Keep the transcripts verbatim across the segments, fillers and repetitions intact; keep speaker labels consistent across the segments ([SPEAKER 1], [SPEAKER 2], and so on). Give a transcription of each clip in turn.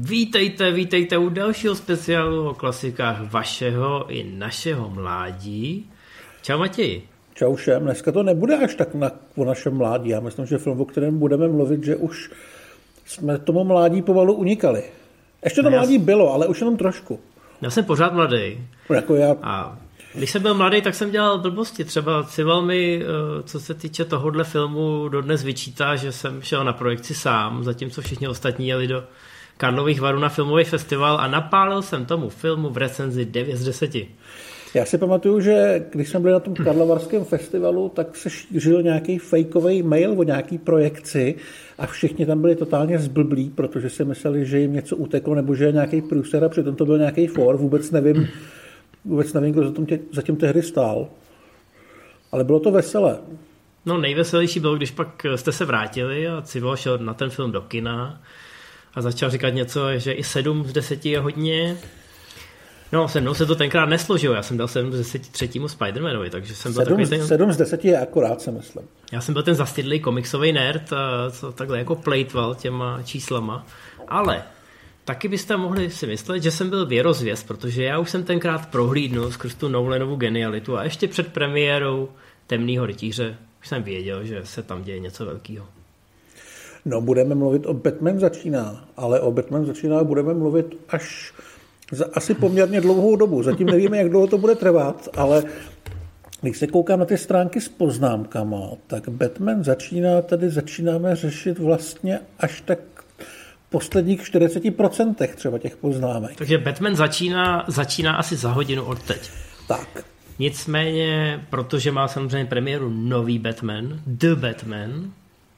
[SPEAKER 1] Vítejte, vítejte u dalšího speciálu o klasikách vašeho i našeho mládí. Čau Matěj.
[SPEAKER 2] Čau všem. Dneska to nebude až tak na, o našem mládí. Já myslím, že film, o kterém budeme mluvit, že už jsme tomu mládí pomalu unikali. Ještě to mládí bylo, ale už jenom trošku.
[SPEAKER 1] Já jsem pořád mladý.
[SPEAKER 2] Jako já.
[SPEAKER 1] A když jsem byl mladý, tak jsem dělal blbosti. Třeba Cival mi, co se týče tohohle filmu, dodnes vyčítá, že jsem šel na projekci sám, zatímco všichni ostatní jeli do Karlových Varů na filmový festival a napálil jsem tomu filmu v recenzi devět z deseti.
[SPEAKER 2] Já si pamatuju, že když jsme byli na tom Karlovarském festivalu, tak se šířil nějaký fejkový mail o nějaký projekci a všichni tam byli totálně zblblí, protože si mysleli, že jim něco uteklo nebo že je nějaký průser a přitom to byl nějaký for. Vůbec nevím, vůbec nevím, kdo zatím, tě, zatím té hry stál. Ale bylo to veselé.
[SPEAKER 1] No nejveselější bylo, když pak jste se vrátili a Cival šel na ten film do kina a začal říkat něco, že i sedm z deseti je hodně. No, se mnou se to tenkrát nesložilo. Já jsem dal sedm z deseti třetímu Spider-Manovi, takže jsem byl takový ten...
[SPEAKER 2] sedm z deseti je akorát, se myslím.
[SPEAKER 1] Já jsem byl ten zastydlý komiksový nerd, co takhle jako plejtval těma číslama. Ale taky byste mohli si myslet, že jsem byl věrozvěst, protože já už jsem tenkrát prohlídnul skrz tu Nolanovu genialitu a ještě před premiérou Temnýho rytíře už jsem věděl, že se tam děje něco velkého.
[SPEAKER 2] No, budeme mluvit o Batman začíná, ale o Batman začíná budeme mluvit až za asi poměrně dlouhou dobu. Zatím nevíme, jak dlouho to bude trvat, ale když se koukám na ty stránky s poznámkama, tak Batman začíná, tady začínáme řešit vlastně až tak posledních čtyřicet procent třeba těch poznámek.
[SPEAKER 1] Takže Batman začíná, začíná asi za hodinu od teď.
[SPEAKER 2] Tak.
[SPEAKER 1] Nicméně, protože má samozřejmě premiéru nový Batman, The Batman,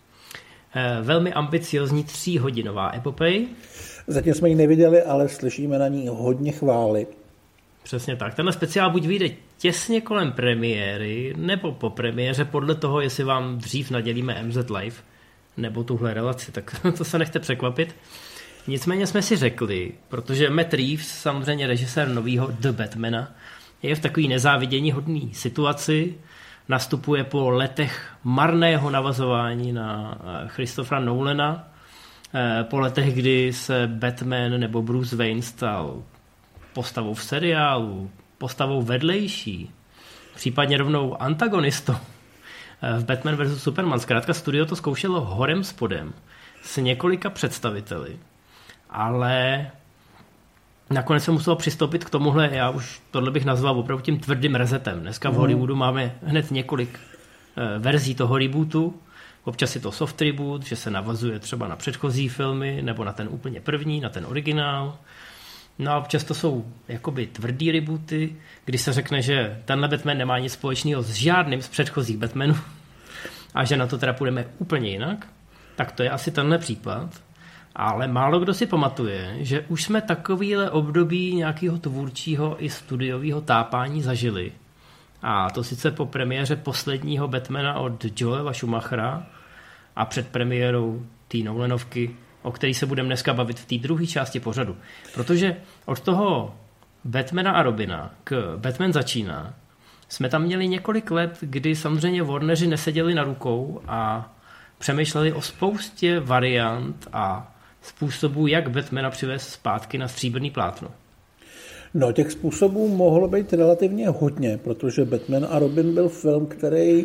[SPEAKER 1] velmi ambiciozní tříhodinová epopej.
[SPEAKER 2] Zatím jsme ji neviděli, ale slyšíme na ní hodně chvály.
[SPEAKER 1] Přesně tak. Tenhle speciál buď vyjde těsně kolem premiéry, nebo po premiéře, podle toho, jestli vám dřív nadělíme M Z Live, nebo tuhle relaci, tak to se nechte překvapit. Nicméně jsme si řekli, protože Matt Reeves, samozřejmě režisér novýho The Batmana, je v takový nezávidění hodný situaci, nastupuje po letech marného navazování na Christophera Nolana, po letech, kdy se Batman nebo Bruce Wayne stal postavou v seriálu, postavou vedlejší, případně rovnou antagonistou v Batman versus Superman. Zkrátka studio to zkoušelo horem spodem s několika představiteli, ale nakonec se muselo přistoupit k tomuhle, já už tohle bych nazval opravdu tím tvrdým resetem. Dneska v Hollywoodu máme hned několik verzí toho rebootu. Občas je to soft reboot, že se navazuje třeba na předchozí filmy, nebo na ten úplně první, na ten originál. No a občas to jsou jakoby tvrdý rebooty, kdy se řekne, že tenhle Batman nemá nic společného s žádným z předchozích Batmanů a že na to teda půjdeme úplně jinak. Tak to je asi tenhle případ. Ale málo kdo si pamatuje, že už jsme takovýhle období nějakého tvůrčího i studiového tápání zažili. A to sice po premiéře posledního Batmana od Joela Schumachera a před premiérou té Nolanovky, o který se budeme dneska bavit v té druhé části pořadu. Protože od toho Batmana a Robina k Batman začíná jsme tam měli několik let, kdy samozřejmě Warneri neseděli na rukou a přemýšleli o spoustě variant a způsobů, jak Batmana přivést zpátky na stříbrný plátno.
[SPEAKER 2] No, těch způsobů mohlo být relativně hodně, protože Batman a Robin byl film, který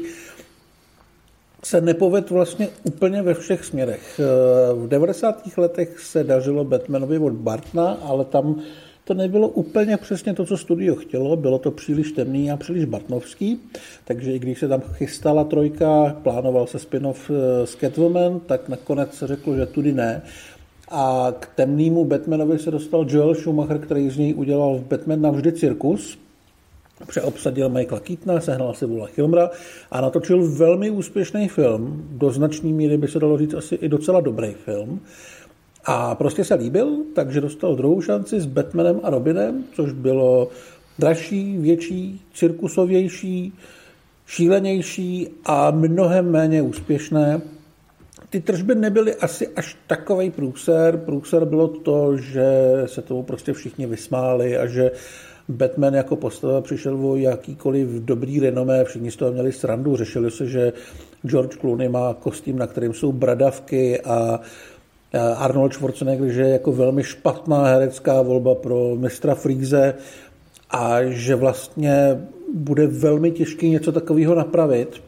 [SPEAKER 2] se nepovedl vlastně úplně ve všech směrech. V devadesátých letech se dařilo Batmanovi od Bartona, ale tam to nebylo úplně přesně to, co studio chtělo. Bylo to příliš temný a příliš bartnovský, takže i když se tam chystala trojka, plánoval se spin-off s Catwoman, tak nakonec se řeklo, že tudy ne. A k temnému Batmanovi se dostal Joel Schumacher, který z něj udělal v Batman navždy cirkus. Přeobsadil Michaela Keatona, sehnal si Wola Kilmera a natočil velmi úspěšný film. Do značné míry by se dalo říct asi i docela dobrý film. A prostě se líbil, takže dostal druhou šanci s Batmanem a Robinem, což bylo dražší, větší, cirkusovější, šílenější a mnohem méně úspěšné. Ty tržby nebyly asi až takovej průser. Průser bylo to, že se tomu prostě všichni vysmáli a že Batman jako postava přišel o jakýkoliv dobrý renomé, všichni z toho měli srandu, řešili se, že George Clooney má kostým, na kterém jsou bradavky a Arnold Schwarzenegger, že je jako velmi špatná herecká volba pro mistra Freeze a že vlastně bude velmi těžké něco takového napravit.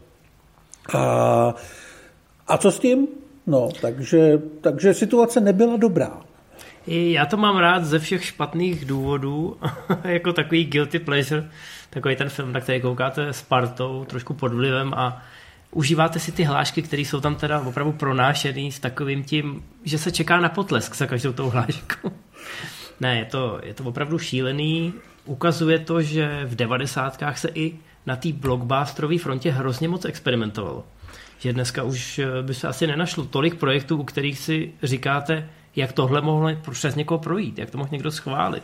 [SPEAKER 2] A, a co s tím? No, takže, takže situace nebyla dobrá.
[SPEAKER 1] Já to mám rád ze všech špatných důvodů, jako takový guilty pleasure, takový ten film, na který koukáte s partou, trošku pod vlivem a užíváte si ty hlášky, které jsou tam teda opravdu pronášený s takovým tím, že se čeká na potlesk za každou tou hláškou. Ne, je to, je to opravdu šílený. Ukazuje to, že v devadesátkách se i na té blockbusterové frontě hrozně moc experimentovalo. Že dneska už by se asi nenašlo tolik projektů, u kterých si říkáte, jak tohle mohlo přes někoho projít, jak to mohl někdo schválit.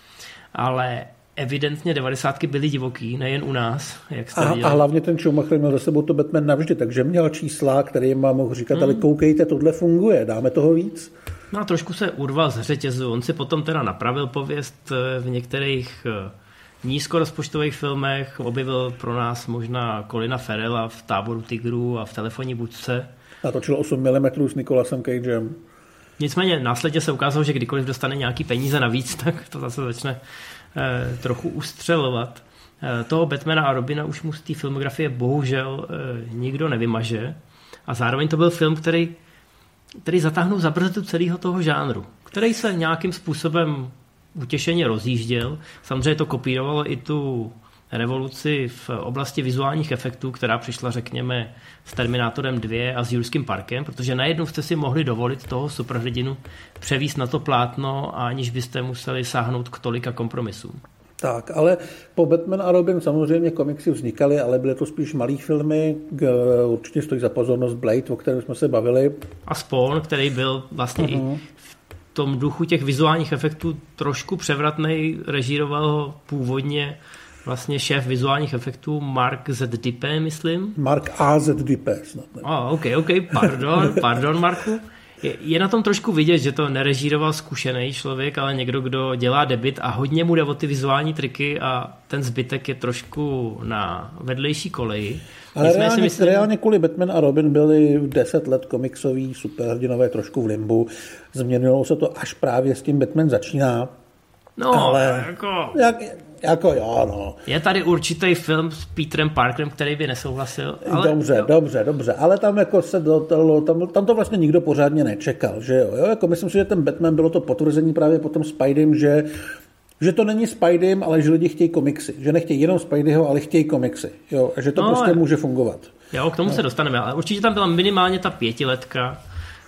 [SPEAKER 1] Ale evidentně devadesátky byly divoký, nejen u nás, jak jste
[SPEAKER 2] a,
[SPEAKER 1] viděli.
[SPEAKER 2] A hlavně ten Schumacher měl za sebou to Batman navždy, takže měl čísla, které jim mohl říkat, hmm. ale koukejte, tohle funguje, dáme toho víc.
[SPEAKER 1] No a trošku se urval z řetězu, on si potom teda napravil pověst v některých nízkorozpočtových filmech, objevil pro nás možná Colina Farrella v Táboru tigrů a v Telefonní budce.
[SPEAKER 2] Natočil osm milimetrů s Nicolasem Cagem.
[SPEAKER 1] Nicméně následně se ukázalo, že kdykoliv dostane nějaký peníze navíc, tak to zase začne eh, trochu ustřelovat. Eh, toho Batmana a Robina už mu z té filmografie bohužel eh, nikdo nevymaže. A zároveň to byl film, který, který zatáhnul za brzdu celého toho žánru, který se nějakým způsobem utěšeně rozjížděl. Samozřejmě to kopírovalo i tu revoluci v oblasti vizuálních efektů, která přišla, řekněme, s Terminátorem dva a s Jurským parkem, protože najednou jste si mohli dovolit toho superhrdinu převíst na to plátno, aniž byste museli sáhnout k tolika kompromisům.
[SPEAKER 2] Tak, ale po Batman a Robin samozřejmě komiksy vznikaly, ale byly to spíš malý filmy, určitě stojí za pozornost Blade, o kterém jsme se bavili.
[SPEAKER 1] A Spawn, který byl vlastně uh-huh. i v tom duchu těch vizuálních efektů trošku převratnej, režíroval ho původně vlastně šéf vizuálních efektů Mark Z. Dippe, myslím.
[SPEAKER 2] Mark A. Z. Dippe snad.
[SPEAKER 1] Oh, ok, ok, pardon, pardon, Marku. Je, je na tom trošku vidět, že to nerežíroval zkušený člověk, ale někdo, kdo dělá debut a hodně mu jde o ty vizuální triky a ten zbytek je trošku na vedlejší koleji.
[SPEAKER 2] Ale reálně, myslím, reálně kvůli Batman a Robin byli deset let komiksový superhrdinové trošku v limbu. Změnilo se to až právě s tím Batman začíná.
[SPEAKER 1] No, ale jako...
[SPEAKER 2] Jak, jako jo, no.
[SPEAKER 1] Je tady určitý film s Petrem Parkerem, který by nesouhlasil. Ale...
[SPEAKER 2] Dobře, dobře, dobře, ale tam jako se do, tam, tam to vlastně nikdo pořádně nečekal, že jo, jo? Jako myslím si, že ten Batman bylo to potvrzení právě potom Spidey, že, že to není Spidey, ale že lidi chtějí komiksy, že nechtějí jenom Spideyho, ale chtějí komiksy, jo, a že to no, prostě je... může fungovat.
[SPEAKER 1] Jo, k tomu
[SPEAKER 2] no.
[SPEAKER 1] se dostaneme, ale určitě tam byla minimálně ta pětiletka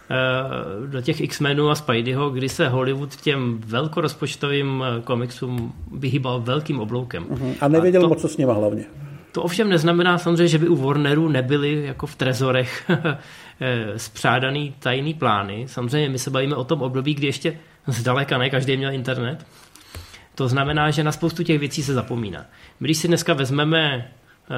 [SPEAKER 1] do těch X-Menů a Spideyho, kdy se Hollywood těm velkorozpočtovým komiksům vyhýbal velkým obloukem. Uh-huh.
[SPEAKER 2] A nevěděl
[SPEAKER 1] a to,
[SPEAKER 2] moc, co s nima hlavně.
[SPEAKER 1] To ovšem neznamená samozřejmě, že by u Warneru nebyly jako v trezorech spřádaný tajný plány. Samozřejmě my se bavíme o tom období, kdy ještě zdaleka ne každý měl internet. To znamená, že na spoustu těch věcí se zapomíná. Když si dneska vezmeme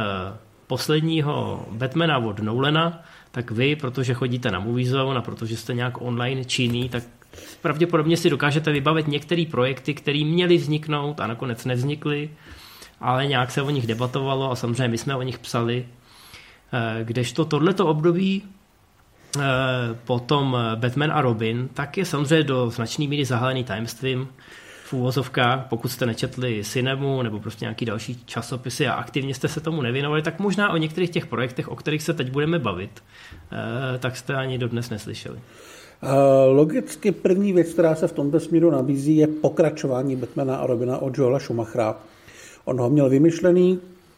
[SPEAKER 1] posledního Batmana od Nolana, tak vy, protože chodíte na Movie Zone a protože jste nějak online činný, tak pravděpodobně si dokážete vybavit některé projekty, které měly vzniknout a nakonec nevznikly, ale nějak se o nich debatovalo a samozřejmě my jsme o nich psali. Kdežto tohleto období potom Batman a Robin, tak je samozřejmě do značné míry zahalený tajemstvím v úvozovkách. Pokud jste nečetli Cinemu nebo prostě nějaký další časopisy a aktivně jste se tomu nevěnovali, tak možná o některých těch projektech, o kterých se teď budeme bavit, tak jste ani dodnes neslyšeli.
[SPEAKER 2] Logicky první věc, která se v tomto směru nabízí, je pokračování Batmana a Robina od Joela Schumachera. On ho měl vymyšlený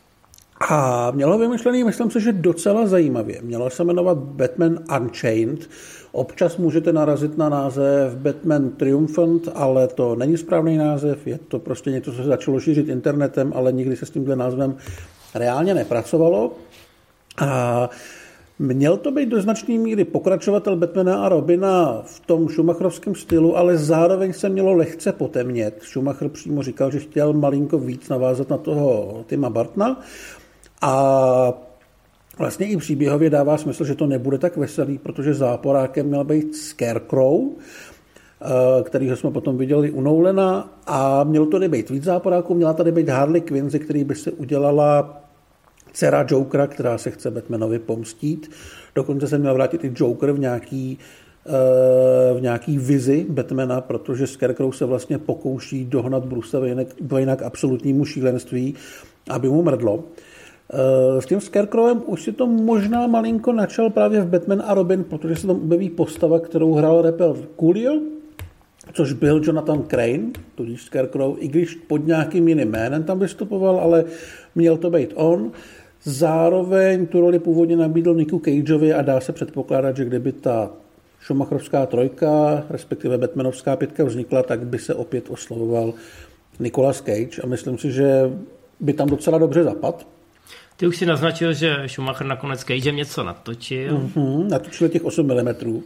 [SPEAKER 2] a měl ho vymyšlený, myslím si, že docela zajímavě. Mělo se jmenovat Batman Unchained. Občas můžete narazit na název Batman Triumphant, ale to není správný název, je to prostě něco, co se začalo šířit internetem, ale nikdy se s tímhle názvem reálně nepracovalo. A měl to být do značné míry pokračovatel Batmana a Robina v tom schumacherovském stylu, ale zároveň se mělo lehce potemnět. Schumacher přímo říkal, že chtěl malinko víc navázat na toho Tima Burtona a vlastně i příběhově dává smysl, že to nebude tak veselý, protože záporákem měl být Scarecrow, kterýho jsme potom viděli u Nolana, a mělo to být víc záporáků, měla tady být Harley Quinn, ze který by se udělala dcera Jokera, která se chce Batmanovi pomstít. Dokonce se měl vrátit i Joker v nějaký v nějaký vizi Batmana, protože Scarecrow se vlastně pokouší dohnat Bruce Wayne k absolutnímu šílenství, aby mu mrdlo. S tím Scarecrowem už si to možná malinko načal právě v Batman a Robin, protože se tam objeví postava, kterou hrál rapper Coolio, což byl Jonathan Crane, tudíž Scarecrow, i když pod nějakým jiným jménem tam vystupoval, ale měl to být on. Zároveň tu roli původně nabídl Niku Cageovi a dá se předpokládat, že kdyby ta Schumacherovská trojka, respektive Batmanovská pětka vznikla, tak by se opět oslovoval Nicolas Cage a myslím si, že by tam docela dobře zapadl.
[SPEAKER 1] Ty už si naznačil, že Schumacher nakonec Cagem něco natočil.
[SPEAKER 2] Mm-hmm, natočil těch osm milimetrů.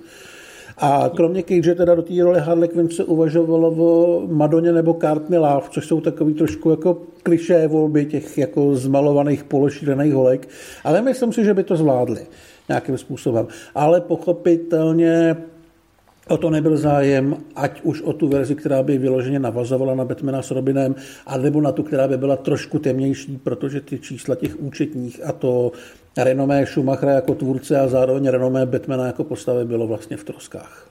[SPEAKER 2] A kromě Cage teda do té role Harley Quinn se uvažovalo o Madoně nebo Courtney Love, což jsou takový trošku jako klišé volby těch jako zmalovaných pološílených holek, ale myslím si, že by to zvládli nějakým způsobem. Ale pochopitelně o to nebyl zájem, ať už o tu verzi, která by vyloženě navazovala na Batmana s Robinem, anebo na tu, která by byla trošku temnější, protože ty čísla těch účetních a to renomé Schumachera jako tvůrce a zároveň renomé Batmana jako postavy bylo vlastně v troskách.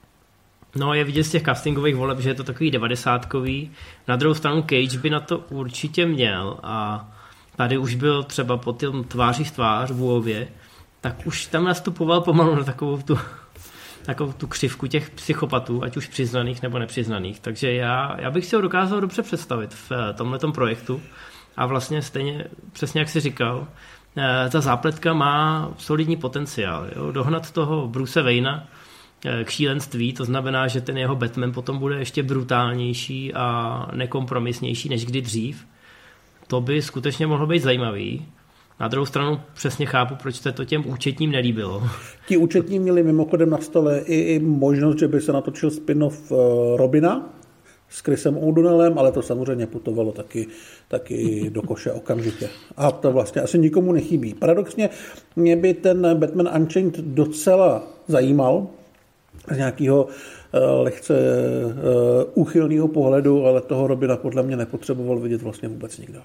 [SPEAKER 1] No, je vidět z těch castingových voleb, že je to takový devadesátkový. Na druhou stranu Cage by na to určitě měl a tady už byl třeba po tom tváří v tvář v Úově, tak už tam nastupoval pomalu na takovou tu, takovou tu křivku těch psychopatů, ať už přiznaných nebo nepřiznaných. Takže já, já bych si ho dokázal dobře představit v tomhletom projektu a vlastně stejně, přesně jak jsi říkal, ta zápletka má solidní potenciál. Jo? Dohnat toho Bruce Wayna k šílenství, to znamená, že ten jeho Batman potom bude ještě brutálnější a nekompromisnější než kdy dřív. To by skutečně mohlo být zajímavý. Na druhou stranu přesně chápu, proč se to těm účetním nelíbilo.
[SPEAKER 2] Ti účetní měli mimochodem na stole i, i možnost, že by se natočil spin-off Robina s Chrisem O'Donnellem, ale to samozřejmě putovalo taky, taky do koše okamžitě. A to vlastně asi nikomu nechybí. Paradoxně mě by ten Batman Unchained docela zajímal z nějakého uh, lehce uh, úchylného pohledu, ale toho Robina podle mě nepotřeboval vidět vlastně vůbec nikdo.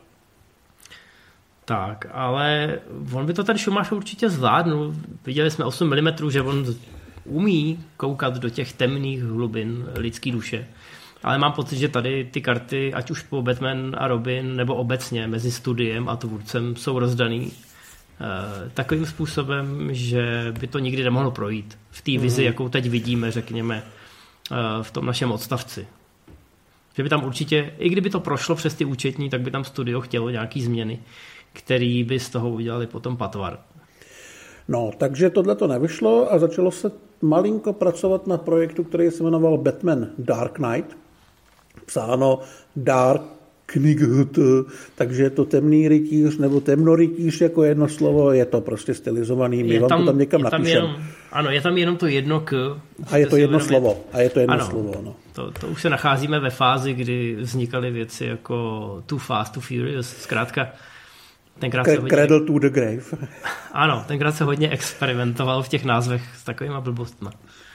[SPEAKER 1] Tak, ale on by to ten Schumacher určitě zvládnul. Viděli jsme osm milimetrů, že on umí koukat do těch temných hlubin lidské duše. Ale mám pocit, že tady ty karty, ať už po Batman a Robin, nebo obecně mezi studiem a tvůrcem, jsou rozdaný eh, takovým způsobem, že by to nikdy nemohlo projít. V té vizi, mm. jakou teď vidíme, řekněme, eh, v tom našem odstavci. Že by tam určitě, i kdyby to prošlo přes ty účetní, tak by tam studio chtělo nějaký změny, který by z toho udělali potom patvar.
[SPEAKER 2] No, takže tohle to nevyšlo a začalo se malinko pracovat na projektu, který se jmenoval Batman Dark Knight. Psáno Dark Knight, takže je to temný rytíř nebo temnorytíř jako jedno slovo, je to prostě stylizovaný, my vám tam, to tam někam napíšeme.
[SPEAKER 1] Ano, je tam jenom to jedno k.
[SPEAKER 2] A je to jedno uvědomit. slovo. A je to jedno
[SPEAKER 1] ano,
[SPEAKER 2] slovo, no.
[SPEAKER 1] To, to už se nacházíme ve fázi, kdy vznikaly věci jako Too Fast, Too Furious, zkrátka tenkrát se hodně...
[SPEAKER 2] Cradle to the grave.
[SPEAKER 1] Ano, tenkrát se hodně experimentoval v těch názvech s takovýma blbostma.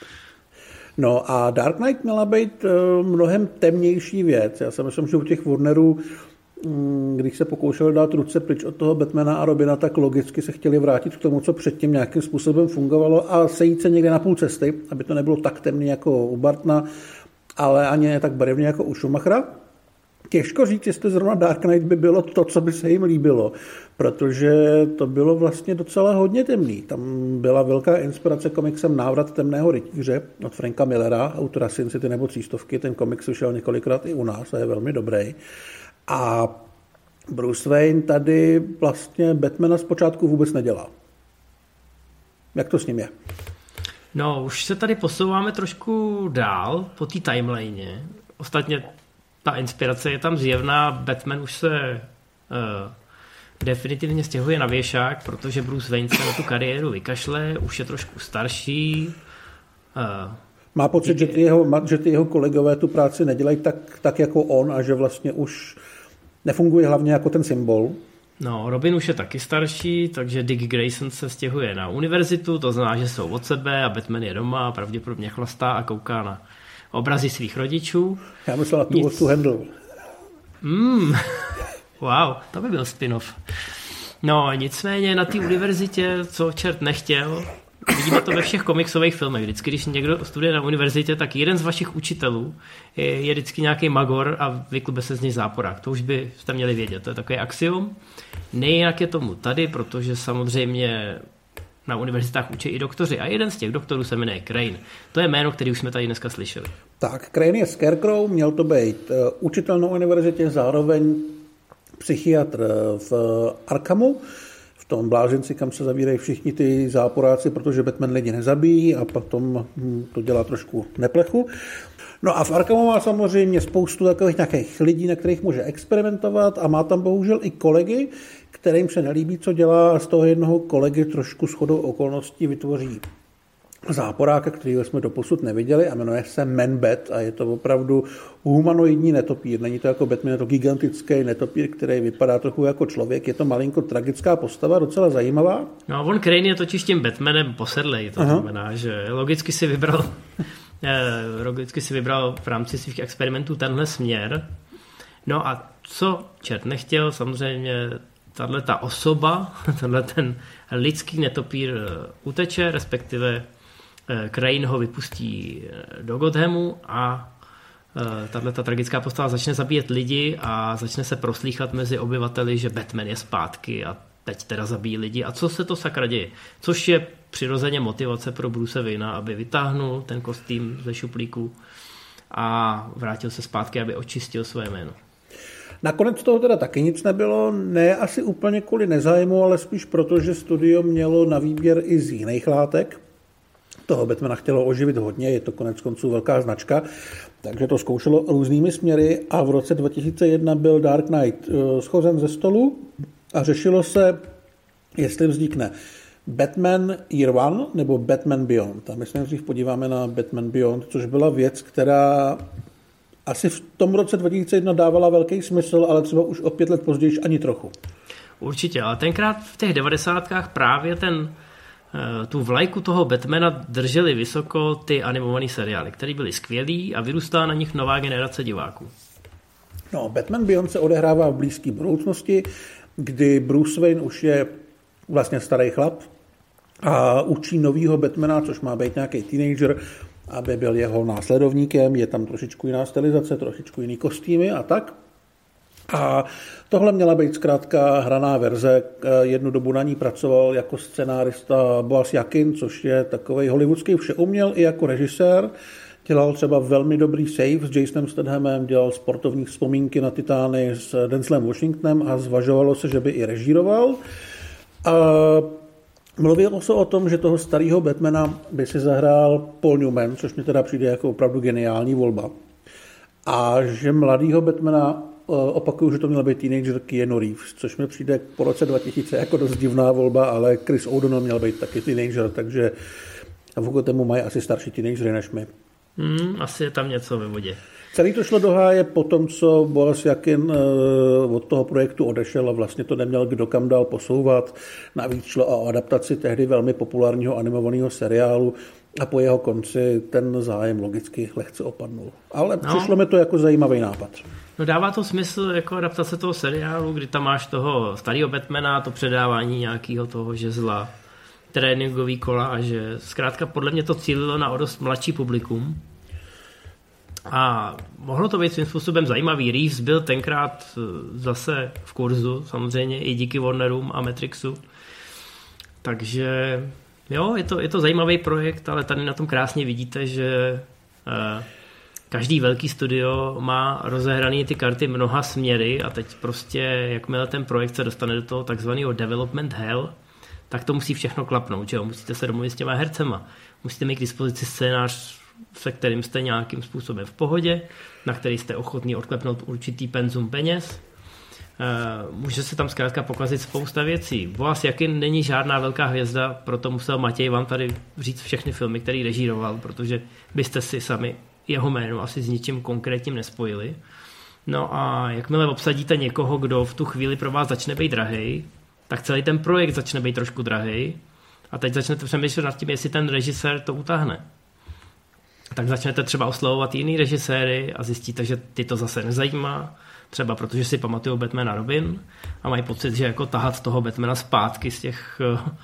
[SPEAKER 2] No a Dark Knight měla být uh, mnohem temnější věc. Já si myslím, že u těch Warnerů, um, když se pokoušeli dát ruce pryč od toho Batmana a Robina, tak logicky se chtěli vrátit k tomu, co předtím nějakým způsobem fungovalo a sejít se někde na půl cesty, aby to nebylo tak temný jako u Bartna, ale ani ne tak barevně jako u Schumachera. Těžko říct, jestli zrovna Dark Knight by bylo to, co by se jim líbilo, protože to bylo vlastně docela hodně temný. Tam byla velká inspirace komiksem Návrat temného rytíře od Franka Millera, autora Sin City nebo Třístovky. Ten komiks vyšel několikrát i u nás a je velmi dobrý. A Bruce Wayne tady vlastně Batmana zpočátku vůbec nedělá. Jak to s ním je?
[SPEAKER 1] No, už se tady posouváme trošku dál po té timeline. Ostatně ta inspirace je tam zjevná. Batman už se uh, definitivně stěhuje na věšák, protože Bruce Wayne se na tu kariéru vykašle, už je trošku starší. Uh,
[SPEAKER 2] Má pocit, že ty, jeho, že ty jeho kolegové tu práci nedělají tak, tak jako on a že vlastně už nefunguje hlavně jako ten symbol.
[SPEAKER 1] No, Robin už je taky starší, takže Dick Grayson se stěhuje na univerzitu, to znamená, že jsou od sebe a Batman je doma a pravděpodobně chlastá a kouká na obrazy svých rodičů.
[SPEAKER 2] Já myslel na tu Ostu Handel.
[SPEAKER 1] Mm, wow, to by byl spin-off. No, nicméně na té univerzitě, co čert nechtěl, vidíme to ve všech komiksových filmech. Vždycky, když někdo studuje na univerzitě, tak jeden z vašich učitelů je, je vždycky nějaký magor a vyklube se z něj záporák. To už byste měli vědět. To je takový axiom. Nejinak je tomu tady, protože samozřejmě na univerzitách učí i doktoři. A jeden z těch doktorů se jmenuje Crane. To je jméno, který už jsme tady dneska slyšeli.
[SPEAKER 2] Tak, Crane je Scarecrow, měl to být učitel na univerzitě, zároveň psychiatr v Arkhamu, v tom bláženci, kam se zavírají všichni ty záporáci, protože Batman lidi nezabíjí a potom to dělá trošku neplechu. No a v Arkhamu má samozřejmě spoustu takových nějakých lidí, na kterých může experimentovat a má tam bohužel i kolegy, kterým se nelíbí, co dělá a z toho jednoho kolegy trošku shodou okolností vytvoří záporáka, kterýho jsme doposud neviděli a jmenuje se Man-Bat a je to opravdu humanoidní netopír. Není to jako Batman, je to gigantický netopír, který vypadá trochu jako člověk. Je to malinko tragická postava, docela zajímavá.
[SPEAKER 1] No on Crane je totiž tím Batmanem posedlej, to Aha. znamená, že logicky si vybral logicky si vybral v rámci svých experimentů tenhle směr. No a co čert nechtěl, samozřejmě tahle ta osoba, tenhle ten lidský netopír uteče, respektive Crane ho vypustí do Gothamu a tahle ta tragická postava začne zabíjet lidi a začne se proslýchat mezi obyvateli, že Batman je zpátky a teď teda zabíjí lidi. A co se to sakra děje? Což je přirozeně motivace pro Bruce Wayna, aby vytáhnul ten kostým ze šuplíku a vrátil se zpátky, aby očistil své jméno.
[SPEAKER 2] Nakonec toho teda taky nic nebylo, ne asi úplně kvůli nezájmu, ale spíš proto, že studio mělo na výběr i z jiných látek. Toho Batmana chtělo oživit hodně, je to konec konců velká značka, takže to zkoušelo různými směry a v roce dva tisíce jedna byl Dark Knight shozen ze stolu a řešilo se, jestli vznikne Batman Year One nebo Batman Beyond. A my se nejdřív podíváme na Batman Beyond, což byla věc, která asi v tom roce dva tisíce jedna dávala velký smysl, ale třeba už o pět let později ani trochu.
[SPEAKER 1] Určitě, ale tenkrát v těch devadesátkách právě ten tu vlajku toho Batmana drželi vysoko ty animované seriály, které byly skvělý a vyrůstá na nich nová generace diváků.
[SPEAKER 2] No, Batman Beyond se odehrává v blízké budoucnosti, kdy Bruce Wayne už je vlastně starý chlap a učí novýho Batmana, což má být nějaký teenager, aby byl jeho následovníkem. Je tam trošičku jiná stylizace, trošičku jiný kostýmy a tak. A tohle měla být zkrátka hraná verze. Jednu dobu na ní pracoval jako scenárista Boaz Yakin, což je takovej hollywoodský všeuměl i jako režisér. Dělal třeba velmi dobrý Save s Jasonem Stathamem, dělal sportovní vzpomínky na Titány s Denzelem Washingtonem a zvažovalo se, že by i režíroval. A mluvilo se o tom, že toho starého Batmana by si zahrál Paul Newman, což mi teda přijde jako opravdu geniální volba. A že mladýho Batmana, opakuju, že to měl být teenager Keanu Reeves, což mi přijde po roce dva tisíce jako dost divná volba, ale Chris O'Donnell měl být taky teenager, takže v Gothemu mají asi starší teenagery než my.
[SPEAKER 1] Hmm, asi je tam něco ve vodě.
[SPEAKER 2] Celý to šlo do háje po tom, co Boaz Yakin od toho projektu odešel a vlastně to neměl kdo kam dál posouvat. Navíc šlo o adaptaci tehdy velmi populárního animovaného seriálu a po jeho konci ten zájem logicky lehce opadnul. Ale no. Přišlo mi to jako zajímavý nápad.
[SPEAKER 1] No dává to smysl jako adaptace toho seriálu, kdy tam máš toho starého Batmana, to předávání nějakého toho žezla, tréninkový kola a že zkrátka podle mě to cílilo na o dost mladší publikum. A mohlo to být svým způsobem zajímavý. Reeves byl tenkrát zase v kurzu, samozřejmě i díky Warnerům a Matrixu. Takže jo, je to, je to zajímavý projekt, ale tady na tom krásně vidíte, že eh, každý velký studio má rozehraný ty karty mnoha směry a teď prostě, jakmile ten projekt se dostane do toho takzvaného development hell, tak to musí všechno klapnout, že jo? Musíte se domluvit s těma hercema, musíte mít k dispozici scénář, se kterým jste nějakým způsobem v pohodě, na který jste ochotní odklepnout určitý penzum peněz. Může se tam zkrátka pokazit spousta věcí. Boaz Yakin není žádná velká hvězda, proto musel Matěj vám tady říct všechny filmy, který režíroval, protože byste si sami jeho jméno asi s ničím konkrétním nespojili. No a jakmile obsadíte někoho, kdo v tu chvíli pro vás začne být drahej, tak celý ten projekt začne být trošku drahej a teď začnete přemýšlet nad tím, jestli ten režisér to utáhne. Tak začnete třeba oslovovat jiný režiséry a zjistíte, že ty to zase nezajímá, třeba protože si pamatují Batmana Robin a mají pocit, že jako tahat toho Batmana zpátky z těch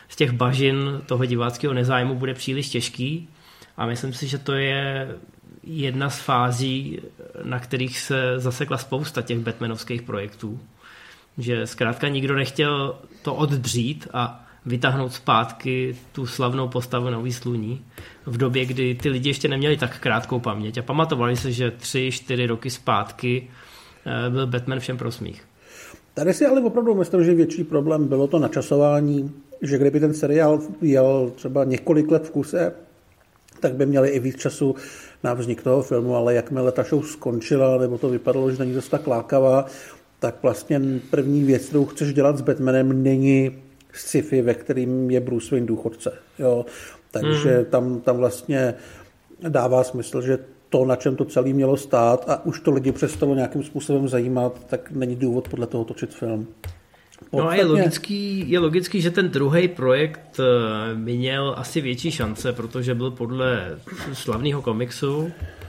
[SPEAKER 1] z těch bažin toho diváckého nezájmu bude příliš těžký a myslím si, že to je jedna z fází, na kterých se zasekla spousta těch batmanovských projektů. Že zkrátka nikdo nechtěl to oddřít a vytáhnout zpátky tu slavnou postavu Nový sluní v době, kdy ty lidi ještě neměli tak krátkou paměť a pamatovali se, že tři, čtyři roky zpátky byl Batman všem pro smích.
[SPEAKER 2] Tady si ale opravdu myslím, že větší problém bylo to načasování, že kdyby ten seriál jel třeba několik let v kuse, tak by měli i víc času na vznik toho filmu, ale jakmile ta show skončila, nebo to vypadalo, že není dost tak lákavá, tak vlastně první věc, kterou chceš dělat s Batmanem, není sci-fi, ve kterým je Bruce Wayne důchodce. Jo? Takže mm. tam, tam vlastně dává smysl, že to, na čem to celé mělo stát a už to lidi přestalo nějakým způsobem zajímat, tak není důvod podle toho točit film.
[SPEAKER 1] Podstatně... No a je logický, je logický, že ten druhý projekt měl asi větší šance, protože byl podle slavného komiksu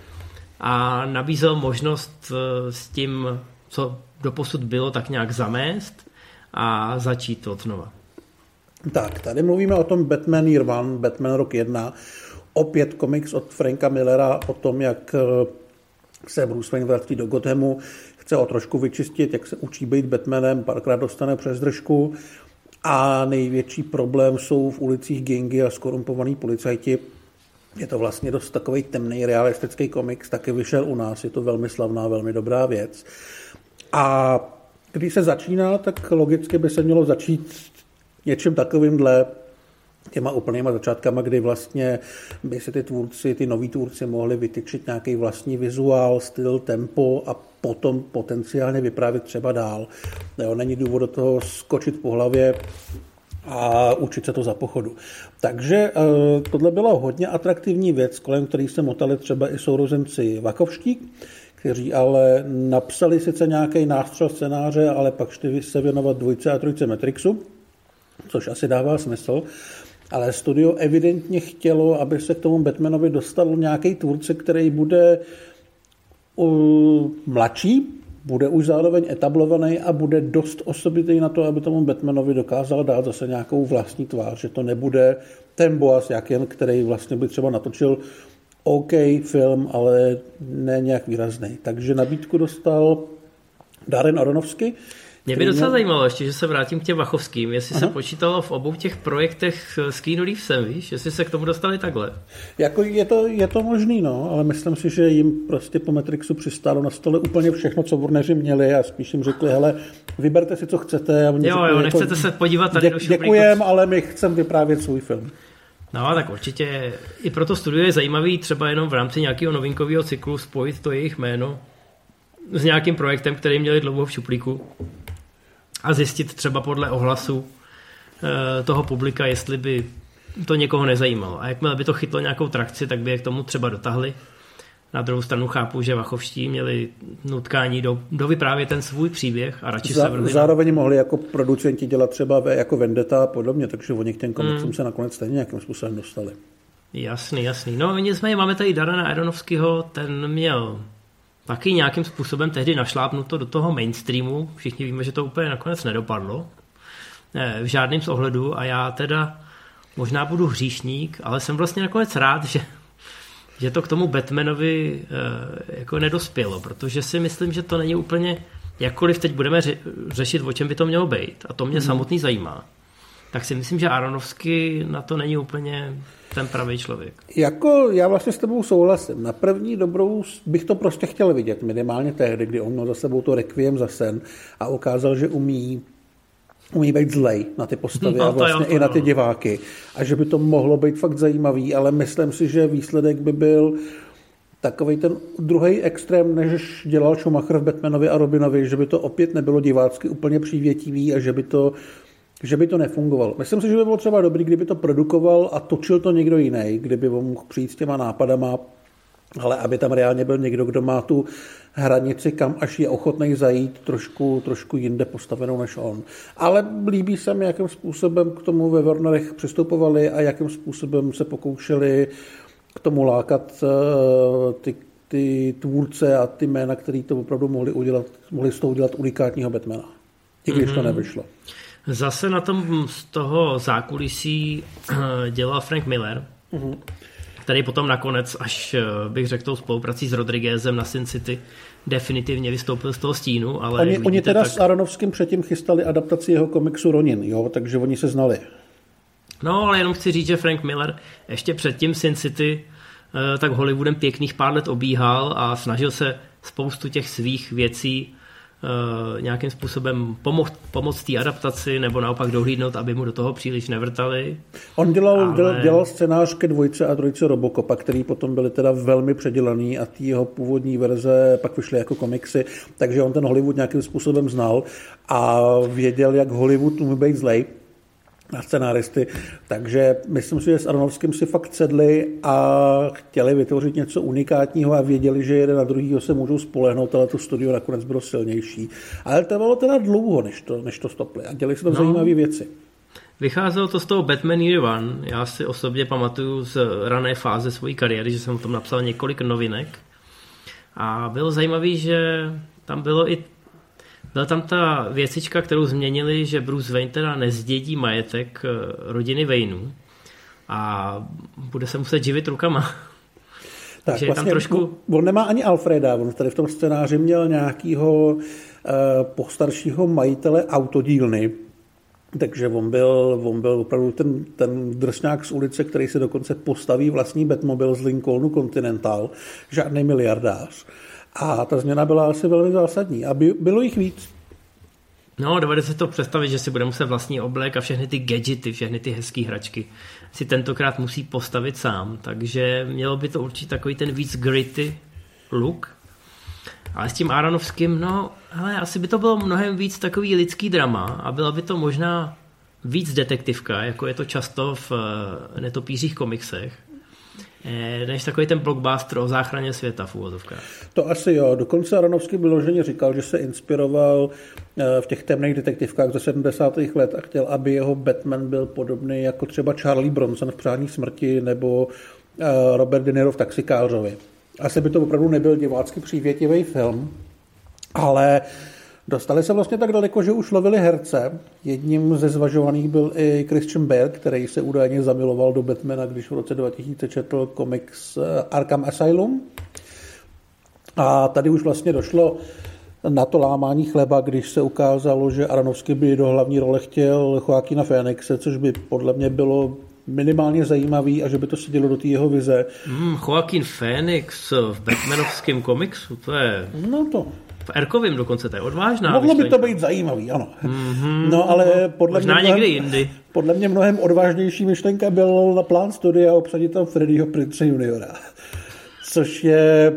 [SPEAKER 1] a nabízel možnost s tím, co doposud bylo, tak nějak zamést a začít od znova.
[SPEAKER 2] Tak, tady mluvíme o tom Batman Year One, Batman rok jedna, opět komiks od Franka Millera o tom, jak se Bruce Wayne vrací do Gothamu, chce ho trošku vyčistit, jak se učí být Batmanem, párkrát dostane přes držku a největší problém jsou v ulicích gangy a skorumpovaný policajti. Je to vlastně dost takový temný realistický komiks, taky vyšel u nás, je to velmi slavná, velmi dobrá věc. A když se začíná, tak logicky by se mělo začít něčím takovýmhle těma úplnýma začátkama, kdy vlastně by si ty tvůrci, ty noví tvůrci mohli vytyčit nějaký vlastní vizuál, styl, tempo a potom potenciálně vyprávět třeba dál. Jo, není důvod do toho skočit po hlavě a učit se to za pochodu. Takže tohle byla hodně atraktivní věc, kolem který se motali třeba i sourozenci Wachowski, kteří ale napsali sice nějaký nástřel scénáře, ale pak šli se věnovat dvojce a trojce Matrixu, což asi dává smysl. Ale studio evidentně chtělo, aby se k tomu Batmanovi dostal nějaký tvůrce, který bude uh, mladší, bude už zároveň etablovaný a bude dost osobitý na to, aby tomu Batmanovi dokázal dát zase nějakou vlastní tvář, že to nebude ten Boaz Yakin, který vlastně by třeba natočil OK film, ale ne nějak výrazný. Takže nabídku dostal Darren Aronofsky.
[SPEAKER 1] Mě by docela zajímalo ještě, že se vrátím k těm Wachowským, jestli Aha. se počítalo v obou těch projektech s Keanu Reevesem, víš, jestli se k tomu dostali takhle.
[SPEAKER 2] Jako je to, je to možný, no, ale myslím si, že jim prostě po Matrixu přistálo na stole úplně všechno, co Warneri měli a spíš jim řekli, hele, vyberte si, co chcete. A
[SPEAKER 1] jo, jo, jako, nechcete se podívat tady
[SPEAKER 2] dě,
[SPEAKER 1] do šuplíku.
[SPEAKER 2] Děkujem, ale my chceme vyprávět svůj film.
[SPEAKER 1] No tak určitě i pro to studio je zajímavý třeba jenom v rámci nějakého novinkového cyklu spojit to jejich jméno s nějakým projektem, který měli dlouho v šuplíku a zjistit třeba podle ohlasu toho publika, jestli by to někoho nezajímalo. A jakmile by to chytlo nějakou trakci, tak by je k tomu třeba dotahli. Na druhou stranu chápu, že Wachowští měli nutkání do, do vyprávět ten svůj příběh a radši
[SPEAKER 2] Za,
[SPEAKER 1] se vrhli.
[SPEAKER 2] Zároveň mohli jako producenti dělat třeba jako Vendetta a podobně, takže oni k těm komiksům mm. se nakonec stejně nějakým způsobem dostali.
[SPEAKER 1] Jasný, jasný. No nicméně máme tady Darrena Aronofskyho, ten měl taky nějakým způsobem tehdy našlápnuto do toho mainstreamu. Všichni víme, že to úplně nakonec nedopadlo. Ne, v žádném z ohledu a já teda možná budu hříšník, ale jsem vlastně nakonec rád, že že to k tomu Batmanovi e, jako nedospělo, protože si myslím, že to není úplně, jakkoliv teď budeme ře- řešit, o čem by to mělo být, a to mě mm. samotný zajímá, tak si myslím, že Aronofsky na to není úplně ten pravý člověk.
[SPEAKER 2] Jako já vlastně s tebou souhlasím. Na první dobrou bych to prostě chtěl vidět, minimálně tehdy, kdy on měl za sebou to Requiem za sen a ukázal, že umí umí být zlej na ty postavy no, a vlastně jo, i na ty diváky. A že by to mohlo být fakt zajímavý, ale myslím si, že výsledek by byl takovej ten druhý extrém, než dělal Schumacher v Batmanovi a Robinovi, že by to opět nebylo divácky úplně přívětivý a že by to, že by to nefungovalo. Myslím si, že by bylo třeba dobrý, kdyby to produkoval a točil to někdo jiný, kdyby on mohl přijít s těma nápadama, ale aby tam reálně byl někdo, kdo má tu hranici, kam až je ochotný zajít, trošku, trošku jinde postavenou než on. Ale líbí se mi, jakým způsobem k tomu ve Warnerech přistupovali a jakým způsobem se pokoušeli k tomu lákat ty, ty tvůrce a ty jména, který to opravdu mohli udělat, mohli z toho udělat unikátního Batmana. I když mm-hmm. to nevyšlo.
[SPEAKER 1] Zase na tom z toho zákulisí dělal Frank Miller, uh-huh. který potom nakonec, až bych řekl tou spoluprací s Rodriguezem na Sin City, definitivně vystoupil z toho stínu. Ale
[SPEAKER 2] oni,
[SPEAKER 1] vidíte,
[SPEAKER 2] oni teda
[SPEAKER 1] tak...
[SPEAKER 2] s Aronovským předtím chystali adaptaci jeho komiksu Ronin, jo, takže oni se znali.
[SPEAKER 1] No, ale jenom chci říct, že Frank Miller ještě předtím Sin City tak Hollywoodem pěkných pár let obíhal a snažil se spoustu těch svých věcí uh, nějakým způsobem pomoct, pomoct té adaptaci nebo naopak dohlídnout, aby mu do toho příliš nevrtali.
[SPEAKER 2] On dělal,
[SPEAKER 1] ale...
[SPEAKER 2] dělal, dělal scénář ke dvojce a trojce Robocopa, který potom byly teda velmi předělaný a ty jeho původní verze pak vyšly jako komiksy, takže on ten Hollywood nějakým způsobem znal a věděl, jak Hollywood umí být zlej na scenáristy, takže myslím si, že s Aronovským si fakt sedli a chtěli vytvořit něco unikátního a věděli, že jeden na druhýho se můžou spolehnout, ale to studio nakonec bylo silnější. Ale trvalo teda dlouho, než to, než to stopli a dělali se tam no, zajímavé věci.
[SPEAKER 1] Vycházelo to z toho Batman Year One. Já si osobně pamatuju z rané fáze své kariéry, že jsem o tom napsal několik novinek a bylo zajímavé, že tam bylo i Byla tam ta věcička, kterou změnili, že Bruce Wayne teda nezdědí majetek rodiny Wayneů a bude se muset živit rukama.
[SPEAKER 2] Tak
[SPEAKER 1] Takže
[SPEAKER 2] vlastně
[SPEAKER 1] tam trošku...
[SPEAKER 2] on nemá ani Alfreda, on tady v tom scénáři měl nějakýho uh, postaršího majitele autodílny, takže on byl, on byl opravdu ten, ten drsňák z ulice, který si dokonce postaví vlastní Batmobil z Lincolnu Continental, žádný miliardář. A ta změna byla asi velmi zásadní. A by, bylo jich víc.
[SPEAKER 1] No, dovede se to představit, že si bude muset vlastní oblek a všechny ty gadgety, všechny ty hezké hračky si tentokrát musí postavit sám. Takže mělo by to určitě takový ten víc gritty look. Ale s tím Aronovským, no, hele, asi by to bylo mnohem víc takový lidský drama a byla by to možná víc detektivka, jako je to často v netopířích komiksech, než takový ten blockbuster o záchraně světa v úvozovkách.
[SPEAKER 2] To asi jo. Dokonce Aronovský vyloženě říkal, že se inspiroval v těch temných detektivkách ze sedmdesátých let a chtěl, aby jeho Batman byl podobný jako třeba Charlie Bronson v Přání smrti nebo Robert De Niro v Taxikářovi. Asi by to opravdu nebyl divácky přívětivý film, ale dostali se vlastně tak daleko, že už lovili herce. Jedním ze zvažovaných byl i Christian Bale, který se údajně zamiloval do Batmana, když v roce dva tisíce četl komiks Arkham Asylum. A tady už vlastně došlo na to lámání chleba, když se ukázalo, že Aronovský by do hlavní role chtěl Joaquina Phoenixe, což by podle mě bylo minimálně zajímavý a že by to sedělo do té jeho vize.
[SPEAKER 1] Hmm, Joaquin Phoenix v Batmanovském komiksu, to je...
[SPEAKER 2] No to...
[SPEAKER 1] V Erkovým dokonce, to je odvážná.
[SPEAKER 2] Mohlo by to být zajímavý, ano.
[SPEAKER 1] Mm-hmm,
[SPEAKER 2] no ale podle
[SPEAKER 1] možná
[SPEAKER 2] mě,
[SPEAKER 1] někdy
[SPEAKER 2] mnohem,
[SPEAKER 1] jindy.
[SPEAKER 2] podle mě mnohem odvážnější myšlenka byl na plán studia obsadit tam Freddyho Prince juniora. Což je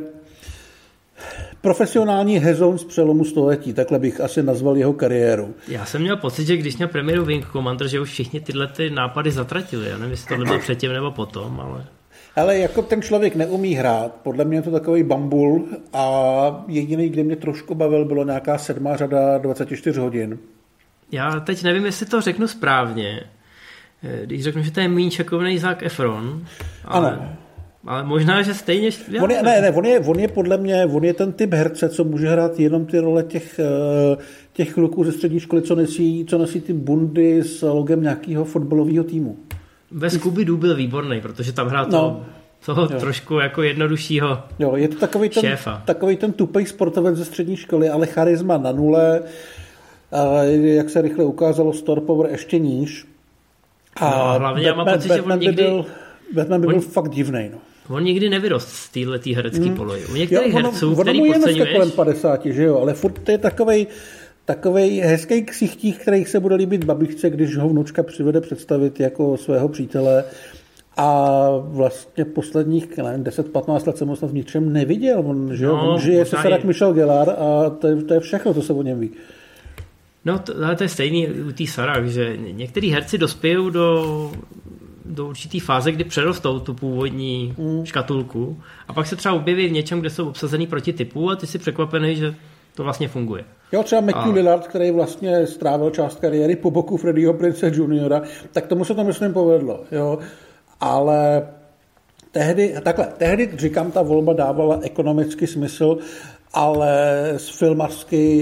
[SPEAKER 2] profesionální hezoun z přelomu století, takhle bych asi nazval jeho kariéru.
[SPEAKER 1] Já jsem měl pocit, že když měl premiéru Wing Commander, že už všichni tyhle ty nápady zatratili. Já nevím, jestli to nebylo předtím nebo potom, ale...
[SPEAKER 2] Ale jako ten člověk neumí hrát, podle mě je to takový bambul a jediný, kde mě trošku bavil, bylo nějaká sedmá řada dvacet čtyři hodin.
[SPEAKER 1] Já teď nevím, jestli to řeknu správně, když řeknu, že to je méně čakovnej Zac Efron. Ale,
[SPEAKER 2] ano.
[SPEAKER 1] Ale možná, že stejně...
[SPEAKER 2] On je, ne, ne, on je, on je podle mě, on je ten typ herce, co může hrát jenom ty role těch, těch kluků ze střední školy, co nosí, co nosí ty bundy s logem nějakého fotbalového týmu.
[SPEAKER 1] Ve Scooby-Doo byl výborný, protože tam hrál no. toho trošku jako jednoduššího
[SPEAKER 2] jo, je to takový ten,
[SPEAKER 1] šéfa.
[SPEAKER 2] Takový ten tupej sportovec ze střední školy, ale charisma na nule, a jak se rychle ukázalo, star power ještě níž.
[SPEAKER 1] A no, hlavně Batman, já mám pocit,
[SPEAKER 2] Batman
[SPEAKER 1] že on nikdy...
[SPEAKER 2] By byl, Batman by
[SPEAKER 1] on,
[SPEAKER 2] byl fakt divnej, no.
[SPEAKER 1] On nikdy nevyrost z téhletý herecký mm. polohy. U některých
[SPEAKER 2] jo, ono,
[SPEAKER 1] herců,
[SPEAKER 2] ono
[SPEAKER 1] který
[SPEAKER 2] mu je
[SPEAKER 1] podceňuješ...
[SPEAKER 2] kolem padesáti, že jo, ale furt to je takovej takovej hezký ksichtík, který se bude líbit babičce, když ho vnučka přivede představit jako svého přítele. A vlastně posledních nevím, deset patnáct let jsem ho snad v ničem neviděl. On, že no, on žije se jak Michel Gellar a to je, to je všechno, co se o něm ví.
[SPEAKER 1] No, to, ale to je stejný u té Sarah, že některý herci dospějou do, do určitý fáze, kdy přerostou tu původní mm. škatulku a pak se třeba objeví v něčem, kde jsou obsazený proti typu a ty jsi překvapený, že to vlastně funguje.
[SPEAKER 2] Jo, třeba Matthew a... Lillard, který vlastně strávil část kariéry po boku Freddyho Prince juniora, tak tomu se to myslím povedlo, jo. Ale tehdy, takhle, tehdy, říkám, ta volba dávala ekonomický smysl, ale z filmařsky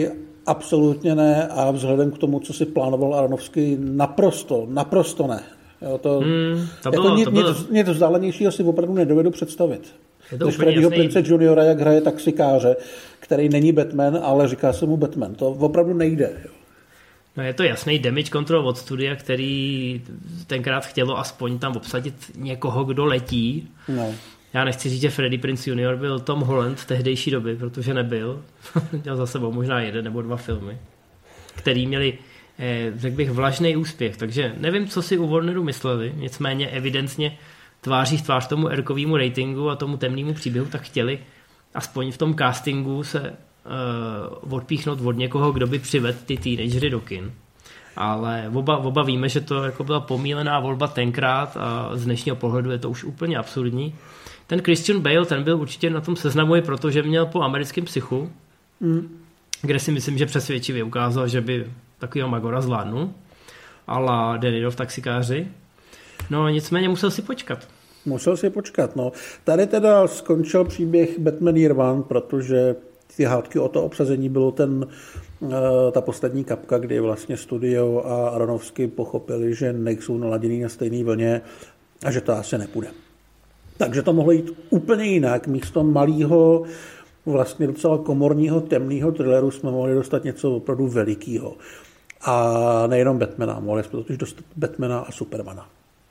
[SPEAKER 2] absolutně ne a vzhledem k tomu, co si plánoval Aronofsky, naprosto, naprosto ne. Jo, to,
[SPEAKER 1] hmm, to
[SPEAKER 2] jako
[SPEAKER 1] bylo,
[SPEAKER 2] nic,
[SPEAKER 1] to bylo...
[SPEAKER 2] nic, nic vzdálenějšího si opravdu nedovedu představit.
[SPEAKER 1] Je to
[SPEAKER 2] Než Freddyho Prinze juniora, jak hraje taxikáře, který není Batman, ale říká se mu Batman. To opravdu nejde. Jo.
[SPEAKER 1] No je to jasný damage control od studia, který tenkrát chtělo aspoň tam obsadit někoho, kdo letí. No. Já nechci říct, že Freddie Prinze junior byl Tom Holland v tehdejší doby, protože nebyl. Měl za sebou možná jeden nebo dva filmy, který měli, řekl bych, vlažný úspěch. Takže nevím, co si u Warneru mysleli, nicméně evidentně tváří v tvář tomu erkovému ratingu a tomu temnému příběhu, tak chtěli aspoň v tom castingu se uh, odpíchnout od někoho, kdo by přivedl ty teenagery do kin. Ale oba, oba víme, že to jako byla pomílená volba tenkrát a z dnešního pohledu je to už úplně absurdní. Ten Christian Bale, ten byl určitě na tom seznamu, protože měl po Americkém psychu, mm. kde si myslím, že přesvědčivě ukázal, že by takového Magora zvládnul, ale De Niro v Taxikáři. No nicméně musel si počkat.
[SPEAKER 2] Musel si počkat, no. Tady teda skončil příběh Batman Year One, protože ty hádky o to obsazení bylo ten, ta poslední kapka, kdy vlastně studio a Aronofsky pochopili, že nejsou naladěný na stejné vlně a že to asi nepůjde. Takže to mohlo jít úplně jinak. Místo malého, vlastně docela komorního, temného thrilleru jsme mohli dostat něco opravdu velikého. A nejenom Batmana, mohli jsme totiž dostat Batmana a Supermana.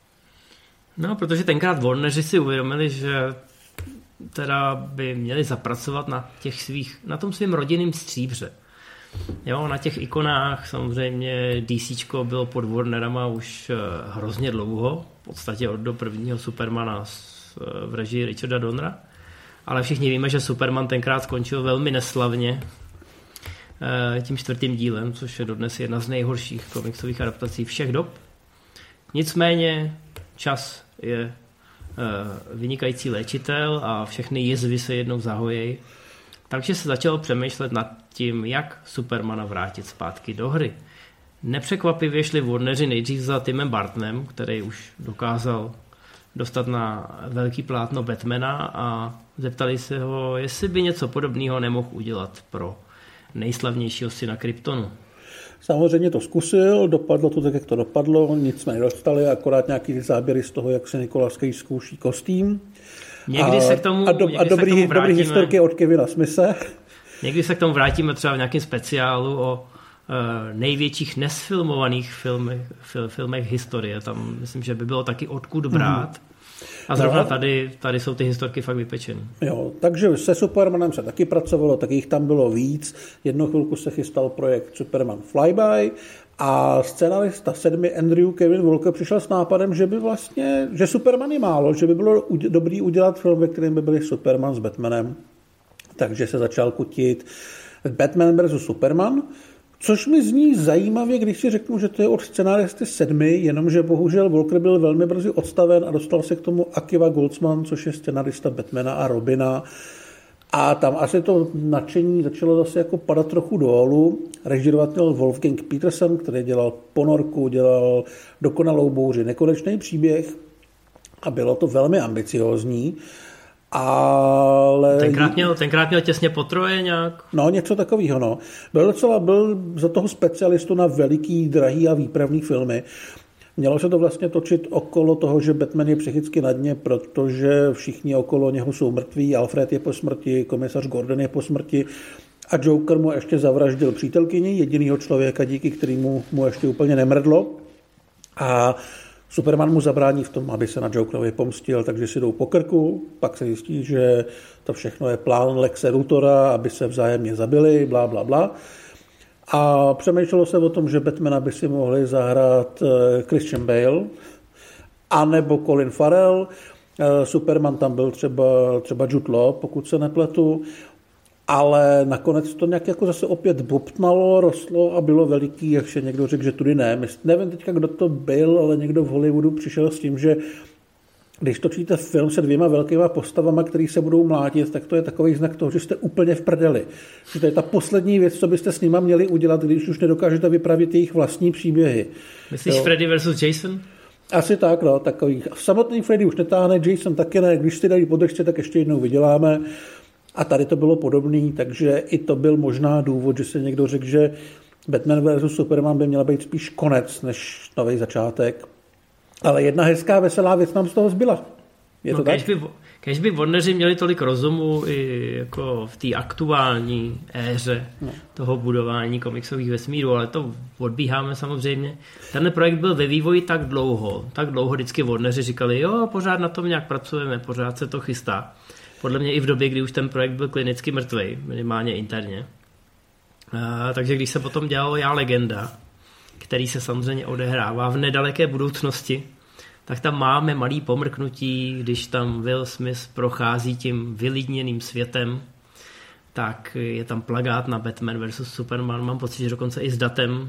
[SPEAKER 1] No, protože tenkrát Warneri si uvědomili, že teda by měli zapracovat na těch svých, na tom svým rodinným stříbře. Jo, na těch ikonách samozřejmě DCčko bylo pod Warnerama už hrozně dlouho, v podstatě od do prvního Supermana v režii Richarda Donnera, ale všichni víme, že Superman tenkrát skončil velmi neslavně tím čtvrtým dílem, což je dodnes jedna z nejhorších komiksových adaptací všech dob. Nicméně čas je vynikající léčitel a všechny jizvy se jednou zahojejí. Takže se začalo přemýšlet nad tím, jak Supermana vrátit zpátky do hry. Nepřekvapivě šli Warneri nejdřív za Timem Burtonem, který už dokázal dostat na velký plátno Batmana a zeptali se ho, jestli by něco podobného nemohl udělat pro nejslavnějšího syna Kryptonu.
[SPEAKER 2] Samozřejmě to zkusil, dopadlo to tak, jak to dopadlo, nic jsme nedostali, akorát nějaký záběry z toho, jak se Nicolas Cage zkouší kostým.
[SPEAKER 1] Někdy
[SPEAKER 2] a,
[SPEAKER 1] se k tomu,
[SPEAKER 2] a, do, a dobrý,
[SPEAKER 1] se k tomu
[SPEAKER 2] dobrý historky od Kevina Smithe.
[SPEAKER 1] Někdy se k tomu vrátíme třeba v nějakém speciálu o uh, největších nesfilmovaných filmech, fil, filmech historie. Tam myslím, že by bylo taky odkud brát. Hmm. A zrovna no, tady, tady jsou ty historky fakt vypečený.
[SPEAKER 2] Jo, takže se Supermanem se taky pracovalo, taky jich tam bylo víc. Jednu chvilku se chystal projekt Superman Flyby a scenarista sedmi Andrew Kevin Walker přišel s nápadem, že by vlastně, že Superman je málo, že by bylo dobrý udělat film, ve kterém by byli Superman s Batmanem. Takže se začal kutit Batman versus Superman, což mi zní zajímavě, když si řeknu, že to je od scenáristy sedmi, jenomže bohužel Walker byl velmi brzy odstaven a dostal se k tomu Akiva Goldsman, což je scenarista Batmana a Robina. A tam asi to nadšení začalo zase jako padat trochu dolů. Režírovat měl Wolfgang Peterson, který dělal Ponorku, dělal Dokonalou bouři, Nekonečný příběh a bylo to velmi ambiciózní. Ale...
[SPEAKER 1] Tenkrát měl, tenkrát měl těsně po troje nějak.
[SPEAKER 2] No, něco takového, no. Byl docela, byl za toho specialistu na veliký, drahý a výpravný filmy. Mělo se to vlastně točit okolo toho, že Batman je psychicky na dně, protože všichni okolo něho jsou mrtví, Alfred je po smrti, komisař Gordon je po smrti a Joker mu ještě zavraždil přítelkyni, jedinýho člověka, díky kterému mu ještě úplně nemrdlo. A Superman mu zabrání v tom, aby se na Jokerovi pomstil, takže si jdou po krku, pak se zjistí, že to všechno je plán Lexe Luthora, aby se vzájemně zabili, blá, blá, blá. A přemýšlelo se o tom, že Batmana by si mohli zahrát Christian Bale anebo Colin Farrell. Superman tam byl třeba, třeba Jude Law, pokud se nepletu. Ale nakonec to nějak jako zase opět bobtnalo, rostlo a bylo veliký, jak se někdo řekl, že tudy ne. Nevím teďka, kdo to byl, ale někdo v Hollywoodu přišel s tím, že když točíte film se dvěma velkýma postavama, který se budou mlátit, tak to je takový znak toho, že jste úplně v prdeli. Že to je ta poslední věc, co byste s nima měli udělat, když už nedokážete vypravit jejich vlastní příběhy.
[SPEAKER 1] Myslíš jo? Freddy versus Jason?
[SPEAKER 2] Asi tak, no, takový. Samotný Freddy už netáhne, Jason taky ne, když si dají podržce, tak ještě jednou vyděláme. A tady to bylo podobný, takže i to byl možná důvod, že se někdo řekl, že Batman versus Superman by měla být spíš konec než nový začátek. Ale jedna hezká, veselá věc nám z toho zbyla. Je to
[SPEAKER 1] no,
[SPEAKER 2] tak?
[SPEAKER 1] By, kež by Warneri měli tolik rozumu i jako v té aktuální éře no. toho budování komiksových vesmírů, ale to odbíháme samozřejmě. Tenhle projekt byl ve vývoji tak dlouho, tak dlouho vždycky Warneri říkali, jo, pořád na tom nějak pracujeme, pořád se to chystá. Podle mě i v době, kdy už ten projekt byl klinicky mrtvej, minimálně interně. A, takže když se potom dělalo Já legenda, který se samozřejmě odehrává v nedaleké budoucnosti, tak tam máme malý pomrknutí, když tam Will Smith prochází tím vylidněným světem, tak je tam plakát na Batman versus Superman, mám pocit, že dokonce i s datem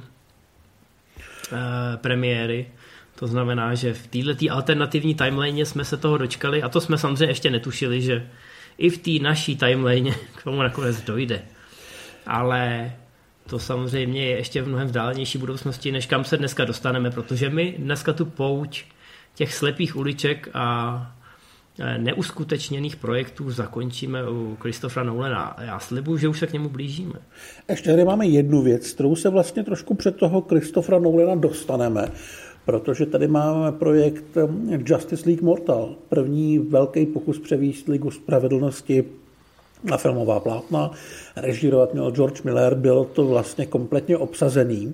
[SPEAKER 1] e, premiéry. To znamená, že v této alternativní timeline jsme se toho dočkali a to jsme samozřejmě ještě netušili, že i v té naší timeline k tomu nakonec dojde. Ale to samozřejmě je ještě v mnohem vzdálenější budoucnosti, než kam se dneska dostaneme, protože my dneska tu pouť těch slepých uliček a neuskutečněných projektů zakončíme u Christophera Nolana. A já slibuju, že už se k němu blížíme.
[SPEAKER 2] Ještě tady máme jednu věc, kterou se vlastně trošku před toho Christophera Nolana dostaneme, protože tady máme projekt Justice League Mortal, první velký pokus převést Ligu spravedlnosti na filmová plátna. Režírovat měl George Miller, byl to vlastně kompletně obsazený.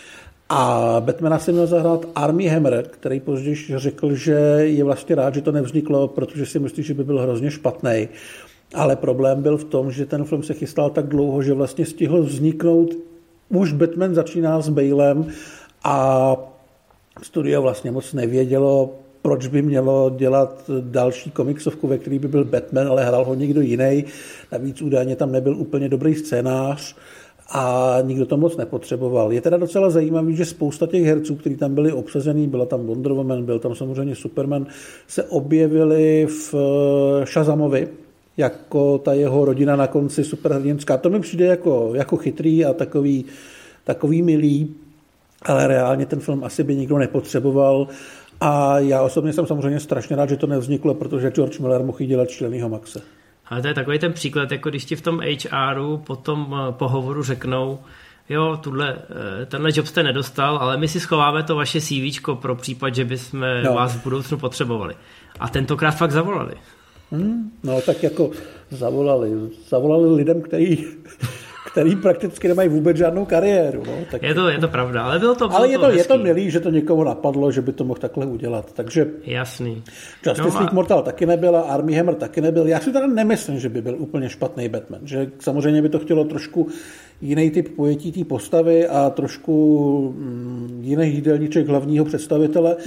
[SPEAKER 2] A Batmana se měl zahrát Armie Hammer, který později řekl, že je vlastně rád, že to nevzniklo, protože si myslí, že by byl hrozně špatný. Ale problém byl v tom, že ten film se chystal tak dlouho, že vlastně stihl vzniknout, už Batman začíná s Balem a studio vlastně moc nevědělo, proč by mělo dělat další komiksovku, ve který by byl Batman, ale hrál ho někdo jiný. Navíc údajně tam nebyl úplně dobrý scénář a nikdo to moc nepotřeboval. Je teda docela zajímavý, že spousta těch herců, kteří tam byli obsazený, byla tam Wonder Woman, byl tam samozřejmě Superman, se objevili v Shazamovi, jako ta jeho rodina na konci superhrdinská. To mi přijde jako, jako chytrý a takový, takový milý, ale reálně ten film asi by nikdo nepotřeboval. A já osobně jsem samozřejmě strašně rád, že to nevzniklo, protože George Miller mohl dělat Šílenýho Maxe.
[SPEAKER 1] Ale to je takový ten příklad, jako když ti v tom há eru po tom pohovoru řeknou, jo, tuhle, tenhle job jste nedostal, ale my si schováme to vaše CVčko pro případ, že bychom no. vás v budoucnu potřebovali. A tentokrát fakt zavolali.
[SPEAKER 2] Hmm, no tak jako zavolali. Zavolali lidem, který... který prakticky nemají vůbec žádnou kariéru. No, tak
[SPEAKER 1] je, to, je to pravda, ale bylo to bylo
[SPEAKER 2] Ale je to,
[SPEAKER 1] to
[SPEAKER 2] je to milý, že to někomu napadlo, že by to mohl takhle udělat. Takže
[SPEAKER 1] jasný.
[SPEAKER 2] Justice no, League a... Mortal taky nebyla, Armie Hammer taky nebyl. Já si teda nemyslím, že by byl úplně špatný Batman. Že samozřejmě by to chtělo trošku jiný typ pojetí té postavy a trošku mm, jiný jídelníček hlavního představitele,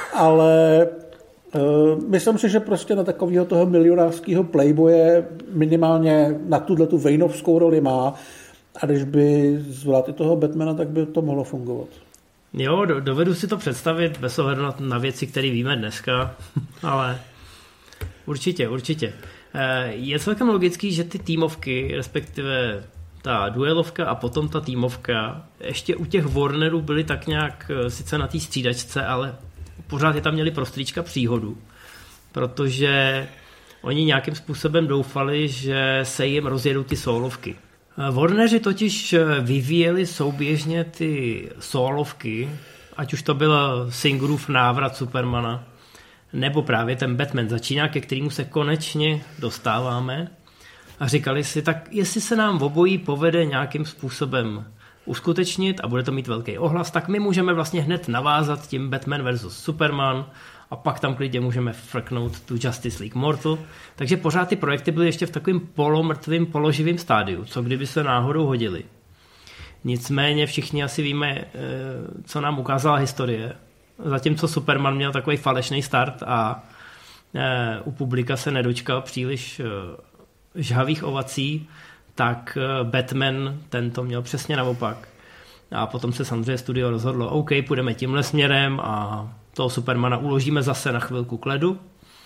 [SPEAKER 2] ale uh, myslím si, že prostě na takového toho milionářského playboye minimálně na tuto vejnovskou roli má. A když by zvládli toho Batmana, tak by to mohlo fungovat.
[SPEAKER 1] Jo, dovedu si to představit bez ohledu na věci, které víme dneska, ale určitě, určitě. Je celkem logický, že ty týmovky, respektive ta duelovka a potom ta týmovka, ještě u těch Warnerů byly tak nějak sice na té střídačce, ale pořád je tam měli prostříčka příhodu, protože oni nějakým způsobem doufali, že se jim rozjedou ty solovky. Warneri totiž vyvíjeli souběžně ty solovky, ať už to byl Singerův návrat Supermana, nebo právě ten Batman začíná, ke kterému se konečně dostáváme a říkali si, tak jestli se nám v obojí povede nějakým způsobem uskutečnit a bude to mít velký ohlas, tak my můžeme vlastně hned navázat tím Batman versus Superman a pak tam klidně můžeme frknout tu Justice League Mortal. Takže pořád ty projekty byly ještě v takovém polomrtvým, položivým stádiu, co kdyby se náhodou hodili. Nicméně všichni asi víme, co nám ukázala historie. Zatímco Superman měl takový falešný start a u publika se nedočkal příliš žhavých ovací, tak Batman tento měl přesně naopak. A potom se samozřejmě studio rozhodlo, OK, půjdeme tímhle směrem a toho Supermana uložíme zase na chvilku k ledu.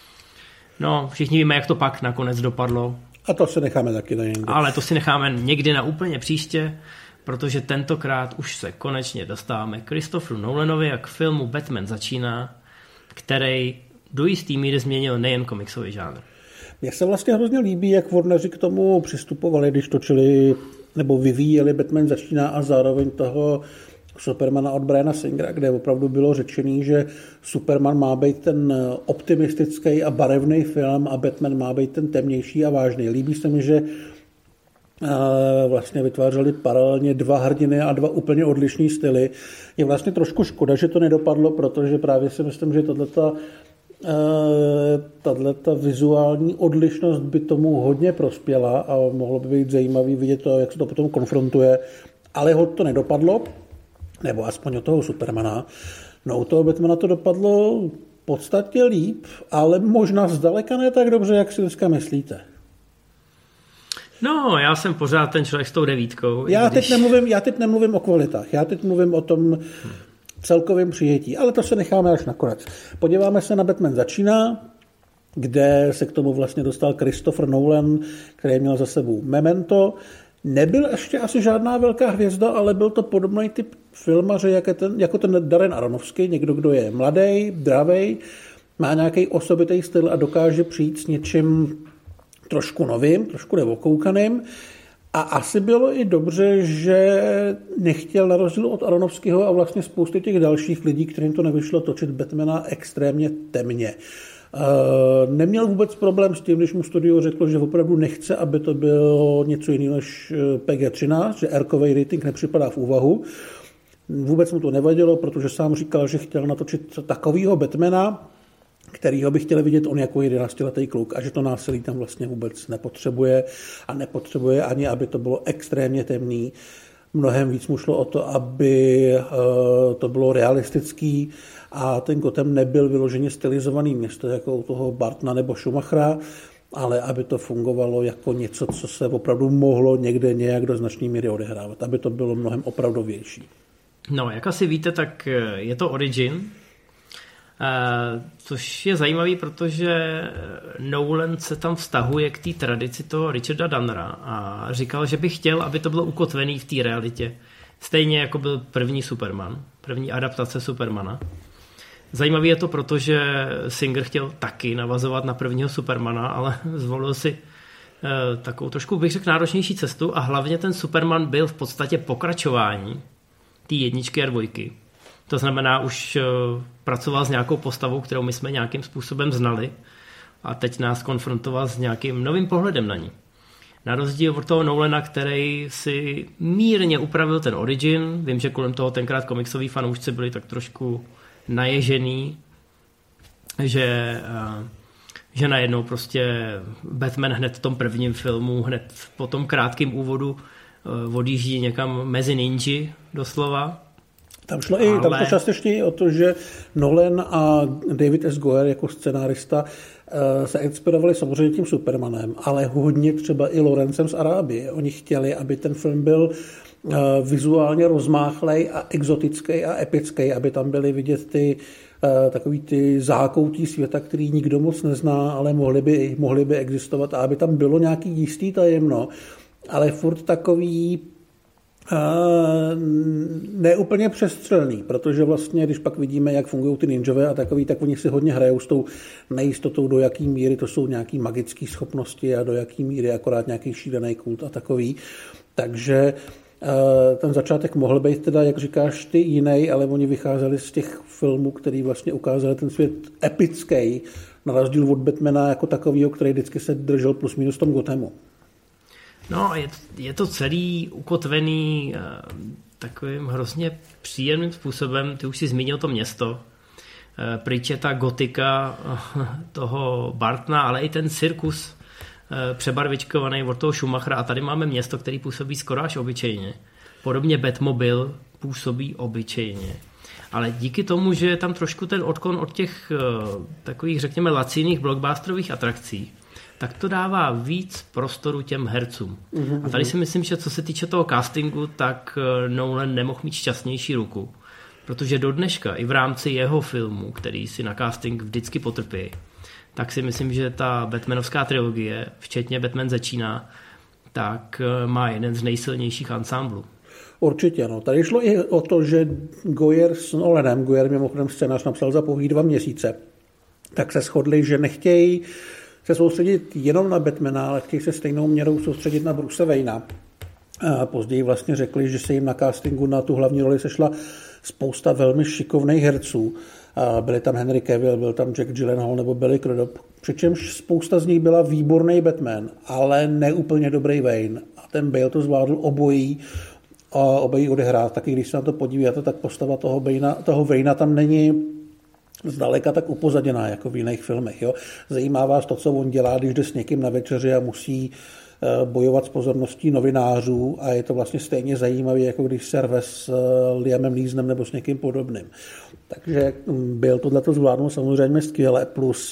[SPEAKER 1] No, všichni víme, jak to pak nakonec dopadlo.
[SPEAKER 2] A to si necháme taky na někdy.
[SPEAKER 1] Ale to si necháme někdy na úplně příště, protože tentokrát už se konečně dostáváme k Christopheru Nolanovi a k filmu Batman začíná, který do jistý míry změnil nejen komiksový žánr.
[SPEAKER 2] Mně se vlastně hrozně líbí, jak Warneri k tomu přistupovali, když točili nebo vyvíjeli Batman začíná a zároveň toho Supermana od Briana Singera, kde opravdu bylo řečený, že Superman má být ten optimistický a barevný film a Batman má být ten temnější a vážný. Líbí se mi, že vlastně vytvářeli paralelně dva hrdiny a dva úplně odlišný styly. Je vlastně trošku škoda, že to nedopadlo, protože právě si myslím, že tato tato vizuální odlišnost by tomu hodně prospěla a mohlo by být zajímavý vidět to, jak se to potom konfrontuje, ale ho to nedopadlo, nebo aspoň od toho Supermana. No u toho Batmana to dopadlo v podstatě líp, ale možná zdaleka ne tak dobře, jak si dneska myslíte.
[SPEAKER 1] No, já jsem pořád ten člověk s tou devítkou.
[SPEAKER 2] Já,
[SPEAKER 1] když...
[SPEAKER 2] teď nemluvím, já teď nemluvím o kvalitách, já teď mluvím o tom hmm. celkovém přijetí, ale to se necháme až nakonec. Podíváme se na Batman začíná, kde se k tomu vlastně dostal Christopher Nolan, který měl za sebou Memento. Nebyl ještě asi žádná velká hvězda, ale byl to podobný typ filmaře, jako ten, jako ten Darren Aronofsky, někdo, kdo je mladý, dravej, má nějaký osobitý styl a dokáže přijít s něčím trošku novým, trošku nevokoukaným. A asi bylo i dobře, že nechtěl na rozdíl od Aronofskyho a vlastně spousty těch dalších lidí, kterým to nevyšlo, točit Batmana extrémně temně. Neměl vůbec problém s tím, když mu studio řeklo, že opravdu nechce, aby to bylo něco jiného než P G třináct, že R-kový rating nepřipadá v úvahu. Vůbec mu to nevadilo, protože sám říkal, že chtěl natočit takovýho Batmana, kterýho by chtěl vidět on jako jedenáctiletý kluk a že to násilí tam vlastně vůbec nepotřebuje a nepotřebuje ani, aby to bylo extrémně temný. Mnohem víc mu šlo o to, aby to bylo realistický a ten Gotham nebyl vyloženě stylizovaný město jako u toho Bartona nebo Schumachera, ale aby to fungovalo jako něco, co se opravdu mohlo někde nějak do značné míry odehrávat, aby to bylo mnohem opravdovější.
[SPEAKER 1] No, jak asi víte, tak je to origin, což je zajímavý, protože Nolan se tam vztahuje k té tradici toho Richarda Donnera a říkal, že by chtěl, aby to bylo ukotvený v té realitě. Stejně jako byl první Superman, první adaptace Supermana. Zajímavý je to, protože Singer chtěl taky navazovat na prvního Supermana, ale zvolil si takovou trošku, bych řekl, náročnější cestu a hlavně ten Superman byl v podstatě pokračování té jedničky a dvojky. To znamená, už pracoval s nějakou postavou, kterou my jsme nějakým způsobem znali a teď nás konfrontoval s nějakým novým pohledem na ní. Na rozdíl od toho Nolana, který si mírně upravil ten origin, vím, že kolem toho tenkrát komiksoví fanoušci byli tak trošku naježený, že, že najednou prostě Batman hned v tom prvním filmu, hned po tom krátkém úvodu odjíždí někam mezi ninji doslova.
[SPEAKER 2] Tam šlo, ale... i, tam to částečně o to, že Nolan a David S. Goyer jako scenárista se inspirovali samozřejmě tím Supermanem, ale hodně třeba i Lorencem z Arábie. Oni chtěli, aby ten film byl vizuálně rozmáchlej a exotický a epický, aby tam byly vidět ty takový ty zákoutí světa, který nikdo moc nezná, ale mohly by, mohly by existovat a aby tam bylo nějaký jistý tajemno, ale furt takový neúplně přestřelný, protože vlastně, když pak vidíme, jak fungují ty ninjové a takový, tak oni si hodně hrajou s tou nejistotou, do jaký míry to jsou nějaký magické schopnosti a do jaký míry akorát nějaký šílený kult a takový. Takže ten začátek mohl být teda, jak říkáš ty, jiný, ale oni vycházeli z těch filmů, který vlastně ukázali ten svět epický, na rozdíl od Batmana jako takovýho, který vždycky se držel plus minus v tom Gothamu.
[SPEAKER 1] No, je, je to celý ukotvený uh, takovým hrozně příjemným způsobem. Ty už si zmínil to město. Uh, pryč je ta gotika uh, toho Bartona, ale i ten cirkus uh, přebarvičkovaný od toho Schumachera. A tady máme město, který působí skoro až obyčejně. Podobně Batmobile působí obyčejně. Ale díky tomu, že je tam trošku ten odklon od těch uh, takových, řekněme, laciných blockbusterových atrakcí, tak to dává víc prostoru těm hercům. Uhum, a tady si myslím, že co se týče toho castingu, tak Nolan nemohl mít šťastnější ruku. Protože do dneška, i v rámci jeho filmu, který si na casting vždycky potrpí, tak si myslím, že ta Batmanovská trilogie, včetně Batman začíná, tak má jeden z nejsilnějších ansámblů.
[SPEAKER 2] Určitě, no. Tady šlo i o to, že Goyer s Nolanem, Goyer mimochodem scénář napsal za pouhý dva měsíce, tak se shodli, že nechtějí se soustředit jenom na Batmana, ale chtějí se stejnou měrou soustředit na Bruce Wayna. A později vlastně řekli, že se jim na castingu na tu hlavní roli sešla spousta velmi šikovných herců. A byli tam Henry Cavill, byl tam Jack Gyllenhaal nebo Billy Crudup, přičemž spousta z nich byla výborný Batman, ale neúplně dobrý Wayne. A ten Bale to zvládl obojí, a obojí odehrát. Taky když se na to podíváte, tak postava toho Wayna, toho Wayna tam není zdaleka tak upozaděná jako v jiných filmech. Jo? Zajímá vás to, co on dělá, když jde s někým na večeři a musí bojovat s pozorností novinářů a je to vlastně stejně zajímavé, jako když se rve s Liamem Neesonem nebo s někým podobným. Takže byl tohleto zvládnul samozřejmě skvěle, plus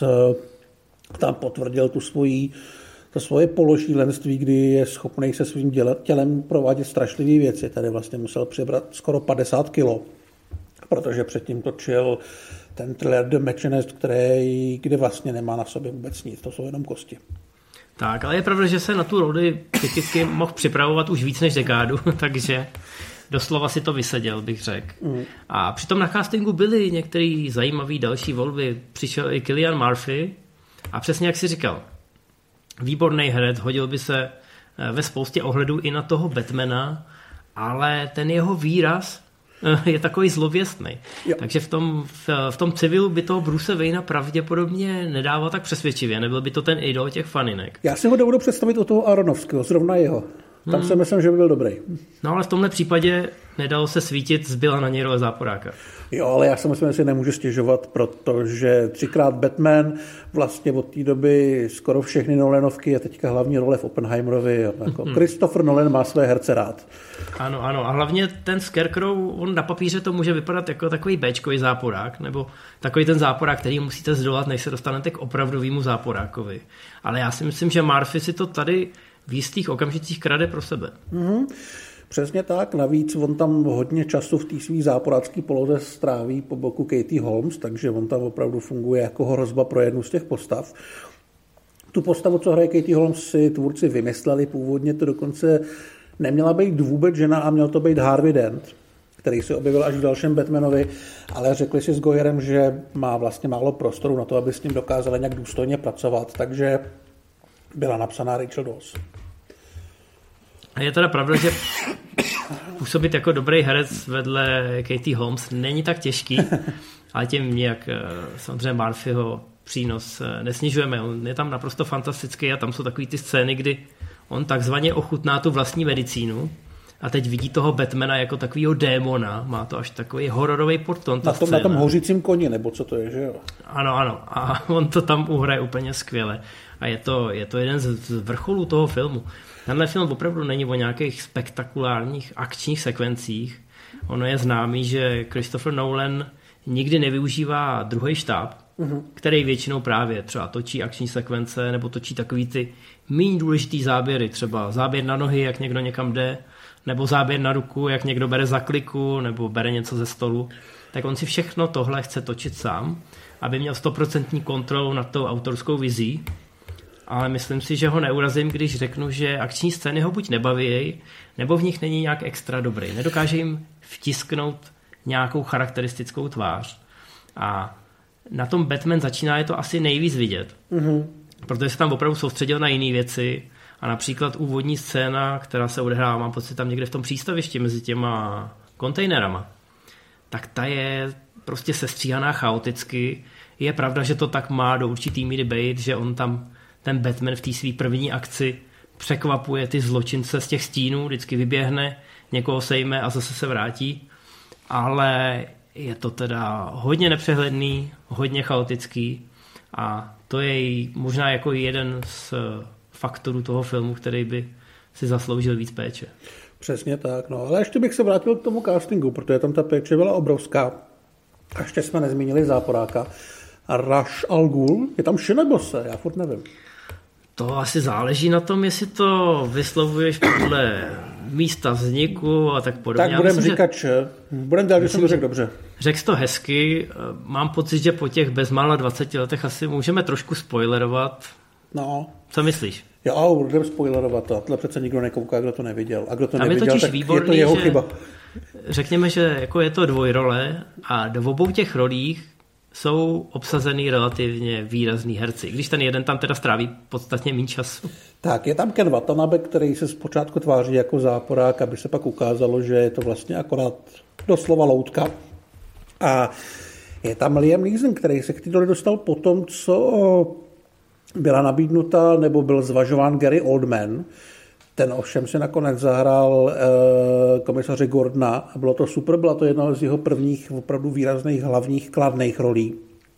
[SPEAKER 2] tam potvrdil tu svoji, to svoje pološílenství, kdy je schopný se svým tělem provádět strašlivé věci. Tady vlastně musel přibrat skoro padesát kilo, protože předtím točil ten thriller The Machinist, který, kde vlastně nemá na sobě vůbec nic, to jsou jenom kosti.
[SPEAKER 1] Tak, ale je pravda, že se na tu roli typicky mohl připravovat už víc než dekádu, takže doslova si to vyseděl, bych řekl. Mm. A přitom na castingu byly některé zajímavé další volby. Přišel i Cillian Murphy a přesně jak jsi říkal, výborný herec, hodil by se ve spoustě ohledů i na toho Batmana, ale ten jeho výraz je takový zlověstný. Jo. Takže v tom, v, v tom civilu by toho Bruce Wayna pravděpodobně nedával tak přesvědčivě. Nebyl by to ten idol těch faninek.
[SPEAKER 2] Já si ho dovedu představit u toho Aronofského, zrovna jeho. Tam hmm. si myslím, že by byl dobrý.
[SPEAKER 1] No ale v tomhle případě nedalo se svítit, zbyla na něj role záporáka.
[SPEAKER 2] Jo, ale já si myslím, že si nemůžu stěžovat, protože třikrát Batman, vlastně od té doby skoro všechny Nolanovky a teďka hlavní role v Oppenheimerovi. Jako hmm. Christopher Nolan má své herce rád.
[SPEAKER 1] Ano, ano. A hlavně ten Scarecrow, on na papíře to může vypadat jako takový béčkový záporák, nebo takový ten záporák, který musíte zdolat, než se dostanete k opravdovému záporákovi. Ale já si myslím, že Murphy si to tady v jistých okamžicích krade pro sebe.
[SPEAKER 2] Mm-hmm. Přesně tak, navíc on tam hodně času v té svý záporácké poloze stráví po boku Katie Holmes, takže on tam opravdu funguje jako hrozba pro jednu z těch postav. Tu postavu, co hraje Katie Holmes, si tvůrci vymysleli, původně to dokonce neměla být vůbec žena a měl to být Harvey Dent, který se objevil až v dalším Batmanovi, ale řekli si s Goyerem, že má vlastně málo prostoru na to, aby s ním dokázali nějak důstojně pracovat, takže byla napsaná Rachel Dawes.
[SPEAKER 1] A je teda pravda, že působit jako dobrý herec vedle Katie Holmes není tak těžký, ale tím nějak samozřejmě Murphyho přínos nesnižujeme. On je tam naprosto fantastický a tam jsou takový ty scény, kdy on takzvaně ochutná tu vlastní medicínu a teď vidí toho Batmana jako takovýho démona. Má to až takový hororový podton.
[SPEAKER 2] Na tom, na tom hořícím koni, nebo co to je, že jo?
[SPEAKER 1] Ano, ano. A on to tam uhraje úplně skvěle. A je to, je to jeden z vrcholů toho filmu. Tenhle film opravdu není o nějakých spektakulárních akčních sekvencích. Ono je známý, že Christopher Nolan nikdy nevyužívá druhý štáb, uh-huh. který většinou právě třeba točí akční sekvence nebo točí takový ty méně důležitý záběry, třeba záběr na nohy, jak někdo někam jde, nebo záběr na ruku, jak někdo bere za kliku, nebo bere něco ze stolu. Tak on si všechno tohle chce točit sám, aby měl stoprocentní kontrolu nad tou autorskou vizí. Ale myslím si, že ho neurazím, když řeknu, že akční scény ho buď nebaví, nebo v nich není nějak extra dobrý. Nedokáže jim vtisknout nějakou charakteristickou tvář. A na tom Batman začíná je to asi nejvíc vidět. Mm-hmm. Protože se tam opravdu soustředil na jiné věci. A například úvodní scéna, která se odehrává, mám pocit, tam někde v tom přístavišti mezi těma kontejnerama, tak ta je prostě sestříhaná chaoticky. Je pravda, že to tak má do určitý míry být, že on tam ten Batman v té své první akci překvapuje ty zločince z těch stínů, vždycky vyběhne, někoho sejme a zase se vrátí. Ale je to teda hodně nepřehledný, hodně chaotický a to je možná jako jeden z faktorů toho filmu, který by si zasloužil víc péče.
[SPEAKER 2] Přesně tak, no ale ještě bych se vrátil k tomu castingu, protože tam ta péče byla obrovská. A ještě jsme nezmínili záporáka. A Ra's al Ghul, je tam ši nebo se? Já furt nevím.
[SPEAKER 1] To asi záleží na tom, jestli to vyslovuješ podle místa vzniku a tak podobně.
[SPEAKER 2] Tak budeme říkat, že budeme dělat, že jsem to řekl dobře.
[SPEAKER 1] Řekl jsi to hezky. Mám pocit, že po těch bezmála dvaceti letech asi můžeme trošku spoilerovat.
[SPEAKER 2] No.
[SPEAKER 1] Co myslíš?
[SPEAKER 2] Jo, budeme spoilerovat to. Tohle přece nikdo nekouká, kdo to neviděl. A kdo to
[SPEAKER 1] Tam
[SPEAKER 2] neviděl,
[SPEAKER 1] je
[SPEAKER 2] tak
[SPEAKER 1] výborný,
[SPEAKER 2] je to jeho chyba.
[SPEAKER 1] Řekněme, že jako je to dvojrole a do obou těch rolích jsou obsazený relativně výrazný herci, když ten jeden tam teda stráví podstatně méně času.
[SPEAKER 2] Tak, je tam Ken Watanabe, který se zpočátku tváří jako záporák, aby se pak ukázalo, že je to vlastně akorát doslova loutka. A je tam Liam Neeson, který se k té roli dostal po tom, co byla nabídnuta nebo byl zvažován Gary Oldman. Ten ovšem si nakonec zahrál e, komisaře Gordona a bylo to super, byla to jedna z jeho prvních opravdu výrazných hlavních kladných rolí.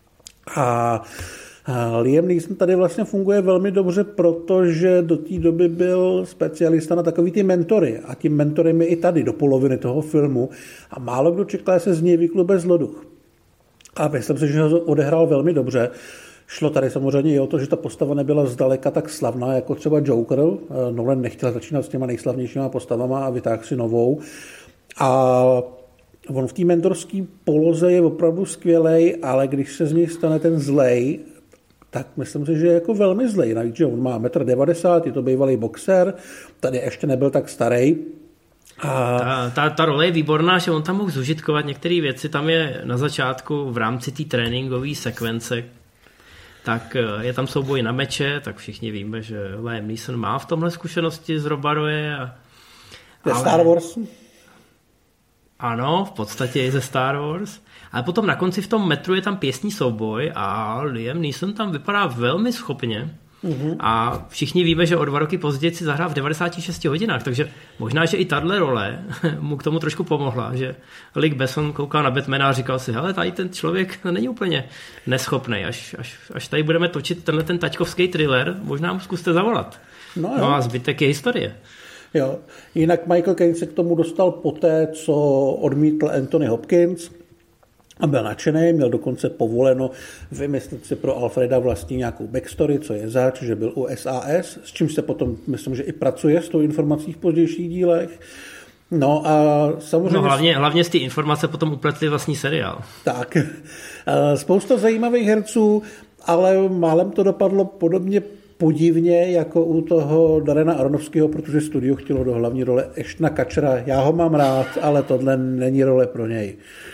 [SPEAKER 2] A Liam Neeson tady vlastně funguje velmi dobře, protože do té doby byl specialista na takový ty mentory a tím mentorem je i tady do poloviny toho filmu a málo kdo čekal, že se z něj vyklube zloduch. A myslím si, že ho odehrál velmi dobře. Šlo tady samozřejmě i o to, že ta postava nebyla zdaleka tak slavná jako třeba Joker. Nolan nechtěl začínat s těma nejslavnějšíma postavama a vytáhl si novou. A on v té mentorské poloze je opravdu skvělej, ale když se z něj stane ten zlej, tak myslím si, že je jako velmi zlej. Navíc, že on má metr devadesát, je to bývalý boxer, tady ještě nebyl tak starý. A...
[SPEAKER 1] Ta, ta, ta role je výborná, že on tam mohl zužitkovat některé věci. Tam je na začátku v rámci té tréninkové sekvence, tak je tam souboj na meče, tak všichni víme, že Liam Neeson má v tomhle zkušenosti z Robaroje. A...
[SPEAKER 2] Ze ale... Star Wars?
[SPEAKER 1] Ano, v podstatě i ze Star Wars. Ale potom na konci v tom metru je tam pěstní souboj a Liam Neeson tam vypadá velmi schopně. Mm-hmm. A všichni víme, že o dva roky později si zahrál v devadesáti šesti hodinách, takže možná, že i tahle role mu k tomu trošku pomohla, že Luc Besson koukal na Batmana a říkal si, hele, tady ten člověk není úplně neschopný, až, až, až tady budeme točit tenhle ten taťkovský thriller, možná mu zkuste zavolat. No, no a zbytek je historie.
[SPEAKER 2] Jo. Jinak Michael Caine se k tomu dostal poté, co odmítl Anthony Hopkins a byl nadšený, měl dokonce povoleno vymyslet si pro Alfreda vlastně nějakou backstory, co je zač, že byl u S A S, s čím se potom, myslím, že i pracuje s tou informací v pozdějších dílech. No a samozřejmě...
[SPEAKER 1] No hlavně, hlavně z té informace potom upletli vlastní seriál.
[SPEAKER 2] Tak. Spousta zajímavých herců, ale málem to dopadlo podobně podivně jako u toho Darrena Aronofského, protože studio chtělo do hlavní role Ashtona Kutchera. Já ho mám rád, ale tohle není role pro něj.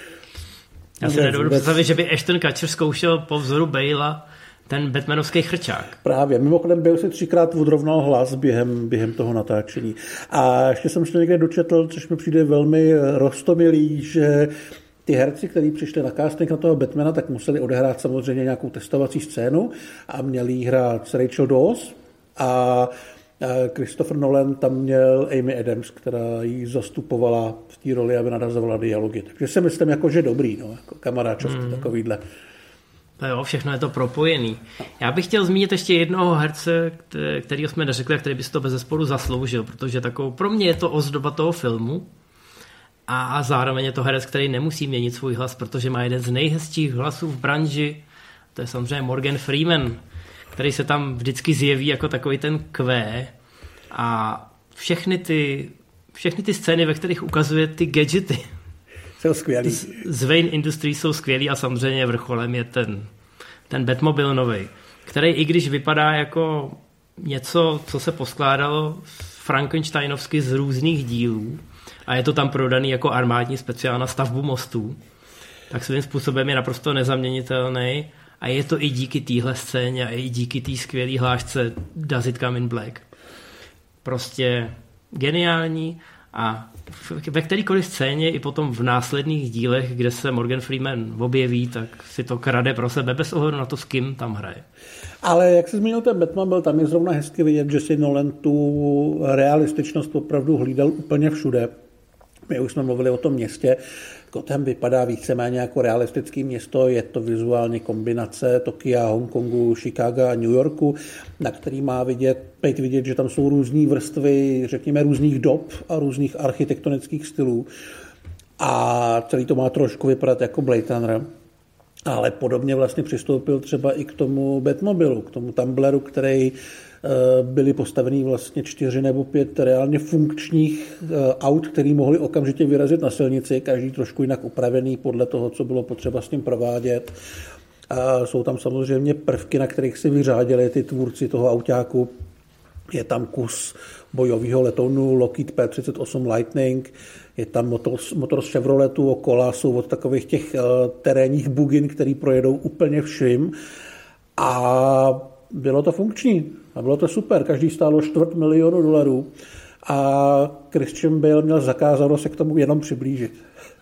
[SPEAKER 1] Já si nedovedu představit, že by Ashton Kutcher zkoušel po vzoru Balea ten batmanovský chrčák.
[SPEAKER 2] Právě. Mimochodem Bale si třikrát odrovnal hlas během, během toho natáčení. A ještě jsem se někde dočetl, což mi přijde velmi roztomilý, že ty herci, kteří přišli na casting na toho Batmana, tak museli odehrát samozřejmě nějakou testovací scénu a měli jí hrát Rachel Dawes a Christopher Nolan tam měl Amy Adams, která jí zastupovala v té roli, aby nadazovala dialogy. Takže si myslím, jako, že dobrý, no, jako kamaráčovství mm. takovýhle.
[SPEAKER 1] No jo, všechno je to propojený. Já bych chtěl zmínit ještě jednoho herce, kterýho jsme neřekli a který by si to bezesporu zasloužil, protože takovou, pro mě je to ozdoba toho filmu a zároveň je to herec, který nemusí měnit svůj hlas, protože má jeden z nejhezčích hlasů v branži. To je samozřejmě Morgan Freeman, který se tam vždycky zjeví jako takový ten kvé a všechny ty, všechny ty scény, ve kterých ukazuje ty gadgety
[SPEAKER 2] jsou skvělý.
[SPEAKER 1] Z, z Wayne Industries jsou skvělý a samozřejmě vrcholem je ten, ten Batmobile novej, který i když vypadá jako něco, co se poskládalo Frankensteinovsky z různých dílů a je to tam prodaný jako armádní speciál na stavbu mostů, tak svým způsobem je naprosto nezaměnitelný. A je to i díky téhle scéně a i díky té skvělé hlášce Does It Come in Black. Prostě geniální a ve kterýkoliv scéně i potom v následných dílech, kde se Morgan Freeman objeví, tak si to krade pro sebe bez ohledu na to, s kým tam hraje.
[SPEAKER 2] Ale jak jsi zmínil ten Batman, byl tam je zrovna hezky vidět, že si Nolan tu realističnost opravdu hlídal úplně všude. My už jsme mluvili o tom městě, Gotham vypadá víceméně jako realistické město, je to vizuálně kombinace Tokia, Hongkongu, Chicaga a New Yorku, na který má vidět, být vidět, že tam jsou různé vrstvy, řekněme, různých dob a různých architektonických stylů. A celý to má trošku vypadat jako Blade Runner. Ale podobně vlastně přistoupil třeba i k tomu Batmobilu, k tomu Tumbleru, který byly postavený vlastně čtyři nebo pět reálně funkčních aut, který mohli okamžitě vyrazit na silnici, každý trošku jinak upravený podle toho, co bylo potřeba s tím provádět. A jsou tam samozřejmě prvky, na kterých si vyřádili ty tvůrci toho autáku. Je tam kus bojového letounu Lockheed P třicet osm Lightning, je tam motor, motor z Chevroletu, okola jsou od takových těch uh, terénních bugin, který projedou úplně všim. A bylo to funkční a bylo to super. Každý stálo čtvrt milionu dolarů a Christian Bale měl zakázáno se k tomu jenom přiblížit.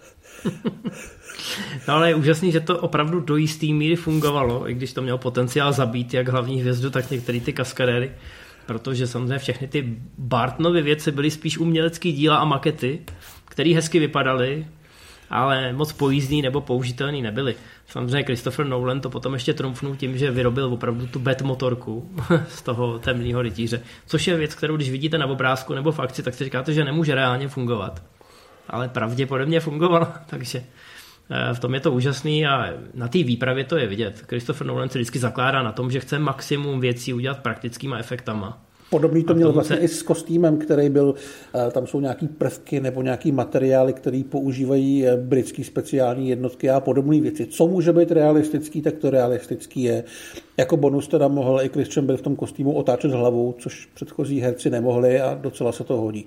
[SPEAKER 1] No ale je úžasný, že to opravdu do jistý míry fungovalo, i když to mělo potenciál zabít jak hlavní hvězdu, tak některé ty kaskadéry, protože samozřejmě všechny ty Bartonovy věci byly spíš umělecký díla a makety, které hezky vypadaly, ale moc pojízdný nebo použitelný nebyly. Samozřejmě Christopher Nolan to potom ještě trumfnul tím, že vyrobil opravdu tu Bat motorku z toho temného rytíře, což je věc, kterou když vidíte na obrázku nebo v akci, tak si říkáte, že nemůže reálně fungovat. Ale pravděpodobně fungovala, takže v tom je to úžasný a na té výpravě to je vidět. Christopher Nolan se vždycky zakládá na tom, že chce maximum věcí udělat praktickýma efektama.
[SPEAKER 2] Podobný to měl vlastně se... i s kostýmem, který byl, tam jsou nějaký prvky nebo nějaký materiály, který používají britský speciální jednotky a podobné věci. Co může být realistický, tak to realistický je. Jako bonus teda mohl i Christian Bale v tom kostýmu otáčet hlavou, což předchozí herci nemohli a docela se to hodí.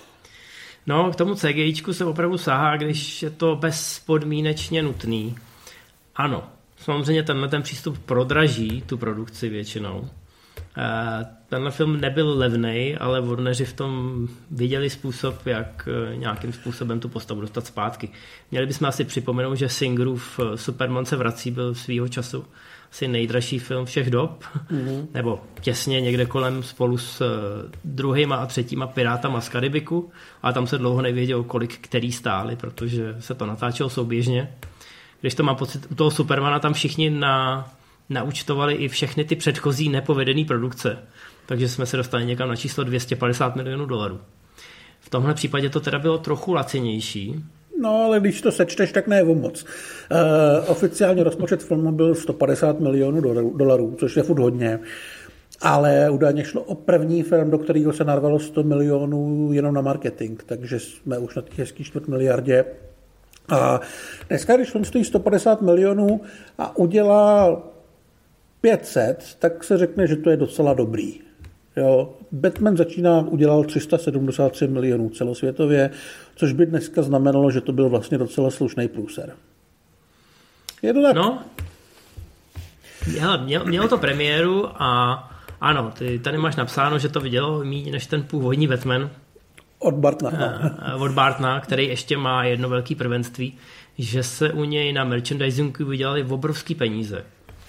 [SPEAKER 1] No, k tomu CGIčku se opravdu sahá, když je to bezpodmínečně nutný. Ano, samozřejmě tenhle ten přístup prodraží tu produkci většinou. Tenhle film nebyl levnej, ale Warneri v tom viděli způsob, jak nějakým způsobem tu postavu dostat zpátky. Měli bychom asi připomenout, že Singerův Superman se vrací byl svýho času asi nejdražší film všech dob, mm-hmm. nebo těsně někde kolem spolu s druhýma a třetíma Pirátama z Karibiku, a tam se dlouho nevědělo, kolik který stáli, protože se to natáčelo souběžně. Když to mám pocit, u toho Supermana tam všichni na, naúčtovali i všechny ty předchozí nepovedené produkce, takže jsme se dostali někam na číslo dvě stě padesát milionů dolarů. V tomhle případě to teda bylo trochu lacinější.
[SPEAKER 2] No, ale když to sečteš, tak ne o moc. Uh, oficiálně rozpočet filmu byl sto padesát milionů dolarů, což je furt hodně. Ale údajně šlo o první film, do kterého se narvalo sto milionů jenom na marketing, takže jsme už na té hezký čtvrt miliardě. A dneska, když film stojí sto padesát milionů a udělá pět set, tak se řekne, že to je docela dobrý. Jo, Batman začíná, udělal tři sta sedmdesát tři milionů celosvětově, což by dneska znamenalo, že to byl vlastně docela slušný průser. Je to tak?
[SPEAKER 1] No, mělo, mělo to premiéru a ano, ty tady máš napsáno, že to vidělo méně než ten původní Batman.
[SPEAKER 2] Od Bartona.
[SPEAKER 1] Od Bartona, který ještě má jedno velké prvenství, že se u něj na merchandisingu vydělali obrovský peníze.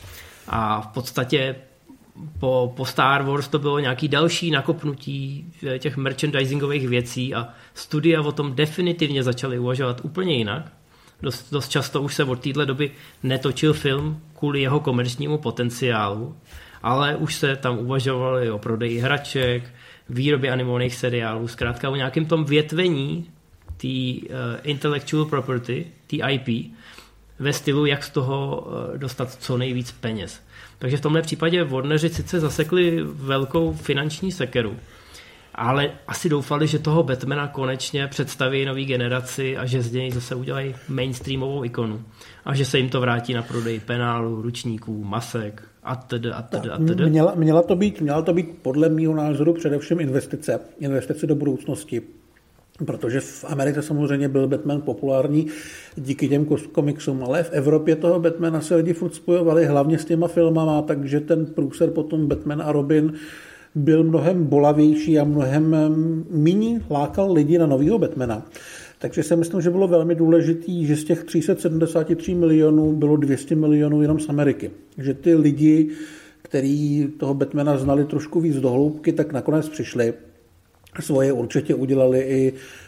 [SPEAKER 1] A v podstatě Po, po Star Wars to bylo nějaký další nakopnutí těch merchandisingových věcí a studia o tom definitivně začaly uvažovat úplně jinak. Dost, dost často už se od téhle doby netočil film kvůli jeho komerčnímu potenciálu, ale už se tam uvažovali o prodeji hraček, výrobě animovaných seriálů, zkrátka o nějakém tom větvení té uh, intellectual property, té I P, ve stylu, jak z toho uh, dostat co nejvíc peněz. Takže v tomhle případě Warneri sice zasekli velkou finanční sekeru, ale asi doufali, že toho Batmana konečně představí nový generaci a že z něj zase udělají mainstreamovou ikonu. A že se jim to vrátí na prodej penálu, ručníků, masek a td. a td. a td.
[SPEAKER 2] Měla, měla, to být, měla to být podle mýho názoru především investice. Investice do budoucnosti. Protože v Americe samozřejmě byl Batman populární díky těm komiksům, ale v Evropě toho Batmana se lidi furt spojovali hlavně s těma filmama, takže ten průser potom Batman a Robin byl mnohem bolavější a mnohem méně lákal lidi na novýho Batmana. Takže si myslím, že bylo velmi důležitý, že z těch tři sta sedmdesát tři milionů bylo dvě stě milionů jenom z Ameriky. Že ty lidi, kteří toho Batmana znali trošku víc do hloubky, tak nakonec přišli. Svoje určitě udělali i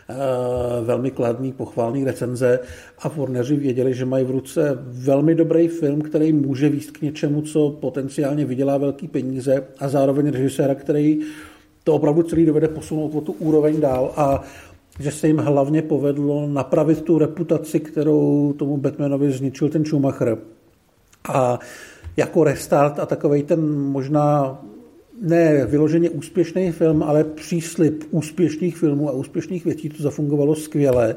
[SPEAKER 2] uh, velmi kladný, pochválný recenze a Warneri věděli, že mají v ruce velmi dobrý film, který může vést k něčemu, co potenciálně vydělá velký peníze a zároveň režiséra, který to opravdu celý dovede posunout o tu úroveň dál a že se jim hlavně povedlo napravit tu reputaci, kterou tomu Batmanovi zničil ten Schumacher. A jako restart a takovej ten možná ne vyloženě úspěšný film, ale příslib úspěšných filmů a úspěšných věcí, to zafungovalo skvěle.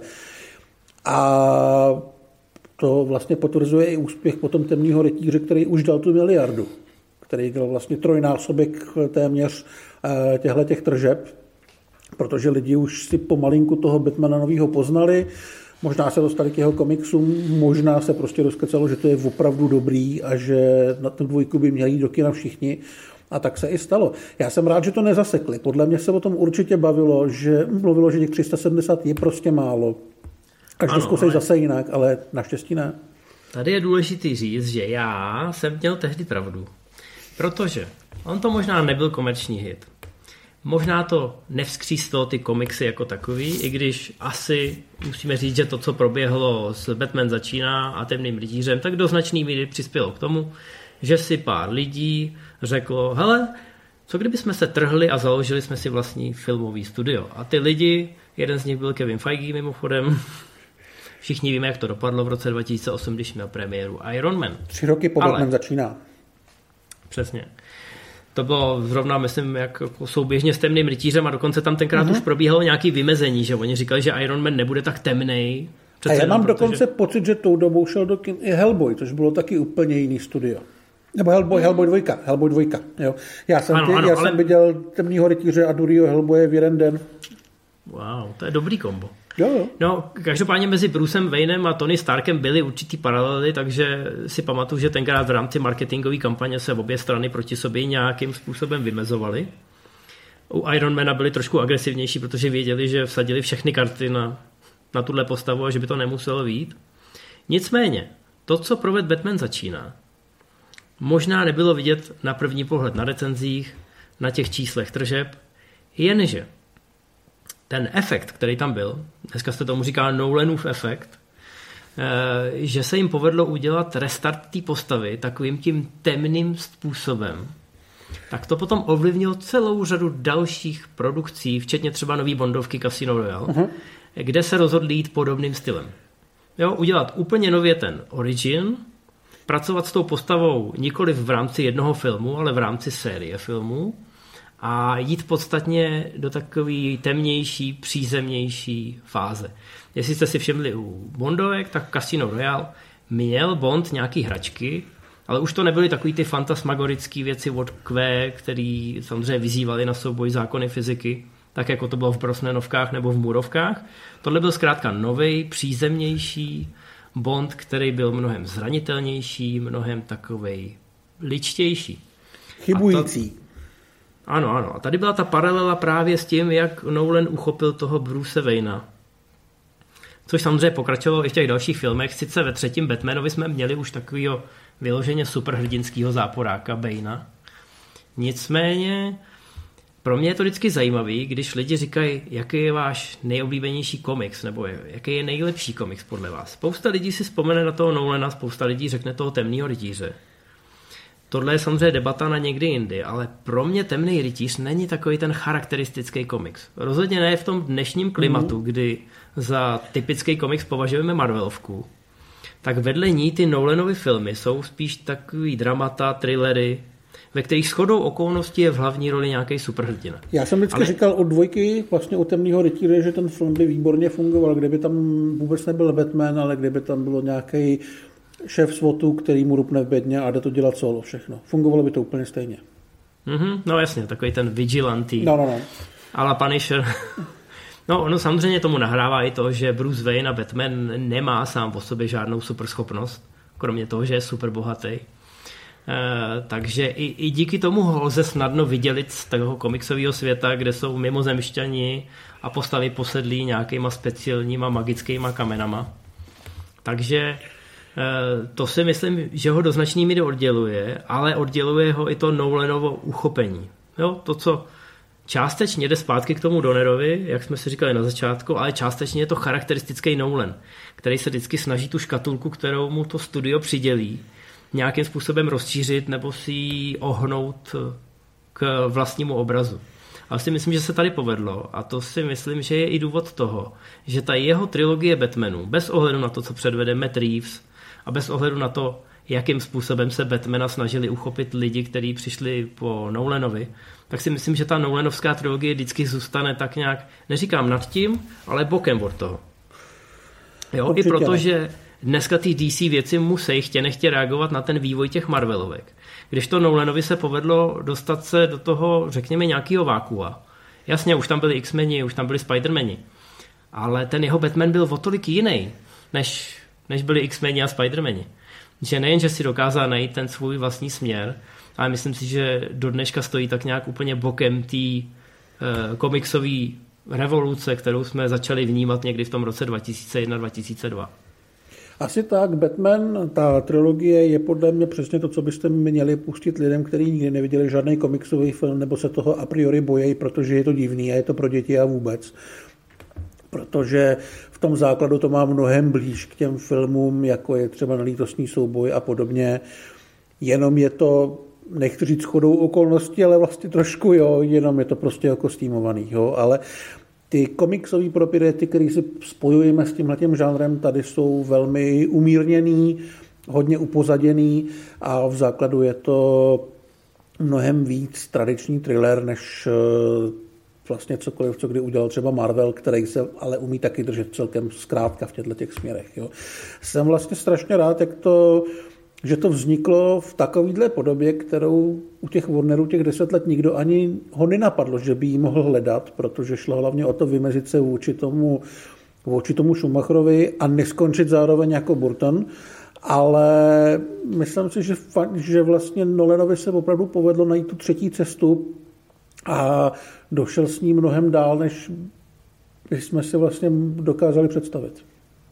[SPEAKER 2] A to vlastně potvrzuje i úspěch potom Temného rytíře, který už dal tu miliardu, který dal vlastně trojnásobek téměř těchto těch tržeb. protože lidi už si pomalinku toho Batmana novýho poznali, možná se dostali k jeho komiksům, možná se prostě rozkecalo, že to je opravdu dobrý a že na tu dvojku by měli jít do kina všichni. A tak se i stalo. Já jsem rád, že to nezasekli. Podle mě se o tom určitě bavilo, že mluvilo, že těch tři sta sedmdesát je prostě málo. Až to zkusej ale... zase jinak, ale naštěstí ne.
[SPEAKER 1] Tady je důležitý říct, že já jsem měl tehdy pravdu. Protože on to možná nebyl komerční hit. Možná to nevzkříslo ty komiksy jako takový, i když asi musíme říct, že to, co proběhlo s Batman začíná a Temným rytířem, tak do značný míry přispělo k tomu, že si pár lidí řeklo, hele, co kdyby jsme se trhli a založili jsme si vlastní filmový studio. A ty lidi, jeden z nich byl Kevin Feige mimochodem, všichni víme, jak to dopadlo v roce dva tisíce osm, když měl premiéru Iron Man.
[SPEAKER 2] Tři roky po Batman začíná.
[SPEAKER 1] Přesně. To bylo zrovna, myslím, jako souběžně s Temným rytířem a dokonce tam tenkrát uh-huh. už probíhalo nějaké vymezení, že oni říkali, že Iron Man nebude tak temnej.
[SPEAKER 2] A já mám protože... dokonce pocit, že tou dobou šel do kin i Hellboy, což bylo taky úplně jiný studio. Nebo Hellboy, Hellboy dva, Hellboy dva, jo. Já jsem, ano, ty, ano, já ale... jsem viděl Temnýho rytíře a Duryho Hellboye v jeden den.
[SPEAKER 1] Wow, to je dobrý kombo.
[SPEAKER 2] Jo, jo.
[SPEAKER 1] No, každopádně mezi Brucem Waynem a Tony Starkem byly určitý paralely, takže si pamatuju, že tenkrát v rámci marketingové kampaně se obě strany proti sobě nějakým způsobem vymezovaly. U Ironmana byli trošku agresivnější, protože věděli, že vsadili všechny karty na, na tuhle postavu a že by to nemuselo vyjít. Nicméně, to, co provedl Batman začíná, možná nebylo vidět na první pohled na recenzích, na těch číslech tržeb, jenže ten efekt, který tam byl, dneska se tomu říká Nolanův efekt, že se jim povedlo udělat restart té postavy takovým tím temným způsobem, tak to potom ovlivnilo celou řadu dalších produkcí, včetně třeba nový Bondovky Casino Royale, uh-huh. kde se rozhodli jít podobným stylem. Jo, udělat úplně nově ten origin, pracovat s tou postavou nikoli v rámci jednoho filmu, ale v rámci série filmů, a jít podstatně do takové temnější, přízemnější fáze. Jestli jste si všimli u Bondovek, tak Casino Royale měl Bond nějaký hračky, ale už to nebyly takový ty fantasmagorické věci od Q, který samozřejmě vyzývali na souboj zákony fyziky, tak jako to bylo v Brosnanovkách nebo v Moorovkách. Tohle byl zkrátka novej, přízemnější Bond, který byl mnohem zranitelnější, mnohem takovej ličtější.
[SPEAKER 2] Chybující.
[SPEAKER 1] Ano, ano. A tady byla ta paralela právě s tím, jak Nolan uchopil toho Bruce Wayna. Což samozřejmě pokračovalo i v těch dalších filmech. Sice ve třetím Batmanovi jsme měli už takovýho vyloženě superhrdinského záporáka Bane'a. Nicméně pro mě je to vždycky zajímavý, když lidi říkají, jaký je váš nejoblíbenější komiks, nebo jaký je nejlepší komiks podle vás. Spousta lidí si vzpomene na toho Nolana, spousta lidí řekne toho Temného rytíře. Tohle je samozřejmě debata na někdy jindy, ale pro mě Temný rytíř není takový ten charakteristický komiks. Rozhodně ne v tom dnešním klimatu, mm. kdy za typický komiks považujeme Marvelovku. Tak vedle ní ty Nolanovy filmy jsou spíš takový dramata, thrillery, ve kterých shodou okolností je v hlavní roli nějaký superhrdina.
[SPEAKER 2] Já jsem vždycky ale... říkal od dvojky, vlastně u Temného rytíře, že ten film by výborně fungoval, kdyby tam vůbec nebyl Batman, ale kdyby tam bylo nějaký šéf SWATu, který mu rupne v bedně a jde to dělat solo všechno. Fungovalo by to úplně stejně.
[SPEAKER 1] Mm-hmm, no jasně, takový ten vigilantý.
[SPEAKER 2] No, no, no.
[SPEAKER 1] Ale Punisher. No, ono samozřejmě tomu nahrává i to, že Bruce Wayne a Batman nemá sám o sobě žádnou superschopnost, kromě toho, že je super bohatý. E, takže i, i díky tomu ho lze snadno vydělit z toho komiksového světa, kde jsou mimozemšťani a postavy posedlí nějakýma speciálníma magickýma kamenama. Takže to si myslím, že ho do značné míry odděluje, ale odděluje ho i to Nolanovo uchopení. Jo, to, co částečně jde zpátky k tomu Donnerovi, jak jsme si říkali na začátku, ale částečně je to charakteristický Nolan, který se vždycky snaží tu škatulku, kterou mu to studio přidělí, nějakým způsobem rozšířit nebo si ji ohnout k vlastnímu obrazu. Ale si myslím, že se tady povedlo a to si myslím, že je i důvod toho, že ta jeho trilogie Batmanů, bez ohledu na to, co předvede Matt Reeves a bez ohledu na to, jakým způsobem se Batmana snažili uchopit lidi, kteří přišli po Nolanovi, tak si myslím, že ta Nolanovská trilogie vždycky zůstane tak nějak, neříkám nad tím, ale bokem od toho. Jo, i proto, že dneska ty D C věci musí chtě nechtě reagovat na ten vývoj těch Marvelovek. Když to Nolanovi se povedlo dostat se do toho, řekněme, nějakého vákua, Jasně, už tam byli X-meni, už tam byli Spider-mani, ale ten jeho Batman byl o tolik jiný, než, než byli X-meni a Spider-mani. Že nejen, že si dokázal najít ten svůj vlastní směr, ale myslím si, že do dneška stojí tak nějak úplně bokem té uh, komiksové revoluce, kterou jsme začali vnímat někdy v tom roce dva tisíce jedna dva tisíce dva.
[SPEAKER 2] Asi tak, Batman, ta trilogie je podle mě přesně to, co byste měli pustit lidem, kteří nikdy neviděli žádný komiksový film, nebo se toho a priori bojejí, protože je to divný a je to pro děti a vůbec. Protože v tom základu to má mnohem blíž k těm filmům, jako je třeba Nelítostný souboj a podobně. Jenom je to, nechci říct shodou okolností, ale vlastně trošku jo, jenom je to prostě jako kostýmovaný, jo, ale ty komiksové propriety, které si spojujeme s tímhletím žánrem, tady jsou velmi umírněný, hodně upozaděný a v základu je to mnohem víc tradiční thriller, než vlastně cokoliv, co kdy udělal třeba Marvel, který se ale umí taky držet celkem zkrátka v těchto těch směrech. Jo. Jsem vlastně strašně rád, jak to, že to vzniklo v takovýhle podobě, kterou u těch Warnerů těch deset let nikdo ani ho nenapadlo, že by jí mohl hledat, protože šlo hlavně o to vymezit se vůči tomu, vůči tomu Schumacherovi a neskončit zároveň jako Burton. Ale myslím si, že, že vlastně Nolanovi se opravdu povedlo najít tu třetí cestu a došel s ní mnohem dál, než jsme si vlastně dokázali představit.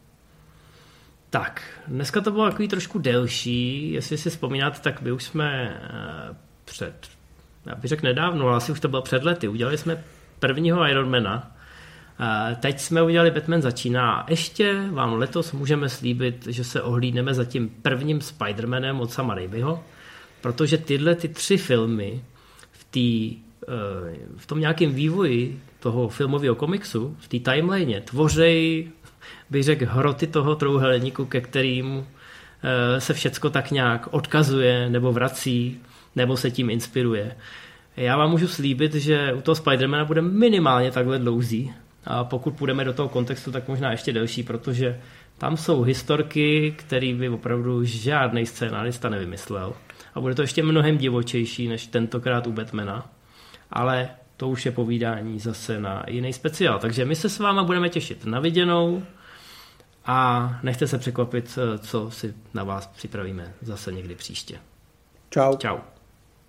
[SPEAKER 1] Tak, dneska to bylo takový trošku delší, jestli si vzpomínáte, tak my už jsme před, já bych řekl nedávno, ale asi už to bylo před lety, udělali jsme prvního Ironmana, teď jsme udělali Batman začíná a ještě vám letos můžeme slíbit, že se ohlídneme za tím prvním Spider-Manem od Sama Raimiho, protože tyhle ty tři filmy v, tý, v tom nějakém vývoji toho filmového komiksu, v té timeline tvořej, bych řekl, hroty toho trojúhelníku, ke kterým se všecko tak nějak odkazuje nebo vrací, nebo se tím inspiruje. Já vám můžu slíbit, že u toho Spidermana bude minimálně takhle dlouhý a pokud půjdeme do toho kontextu, tak možná ještě delší, protože tam jsou historky, které by opravdu žádný scénárista nevymyslel. A bude to ještě mnohem divočejší než tentokrát u Batmana. Ale to už je povídání zase na jiný speciál. Takže my se s váma budeme těšit na viděnou a nechte se překvapit, co si na vás připravíme zase někdy příště.
[SPEAKER 2] Čau.
[SPEAKER 1] Čau.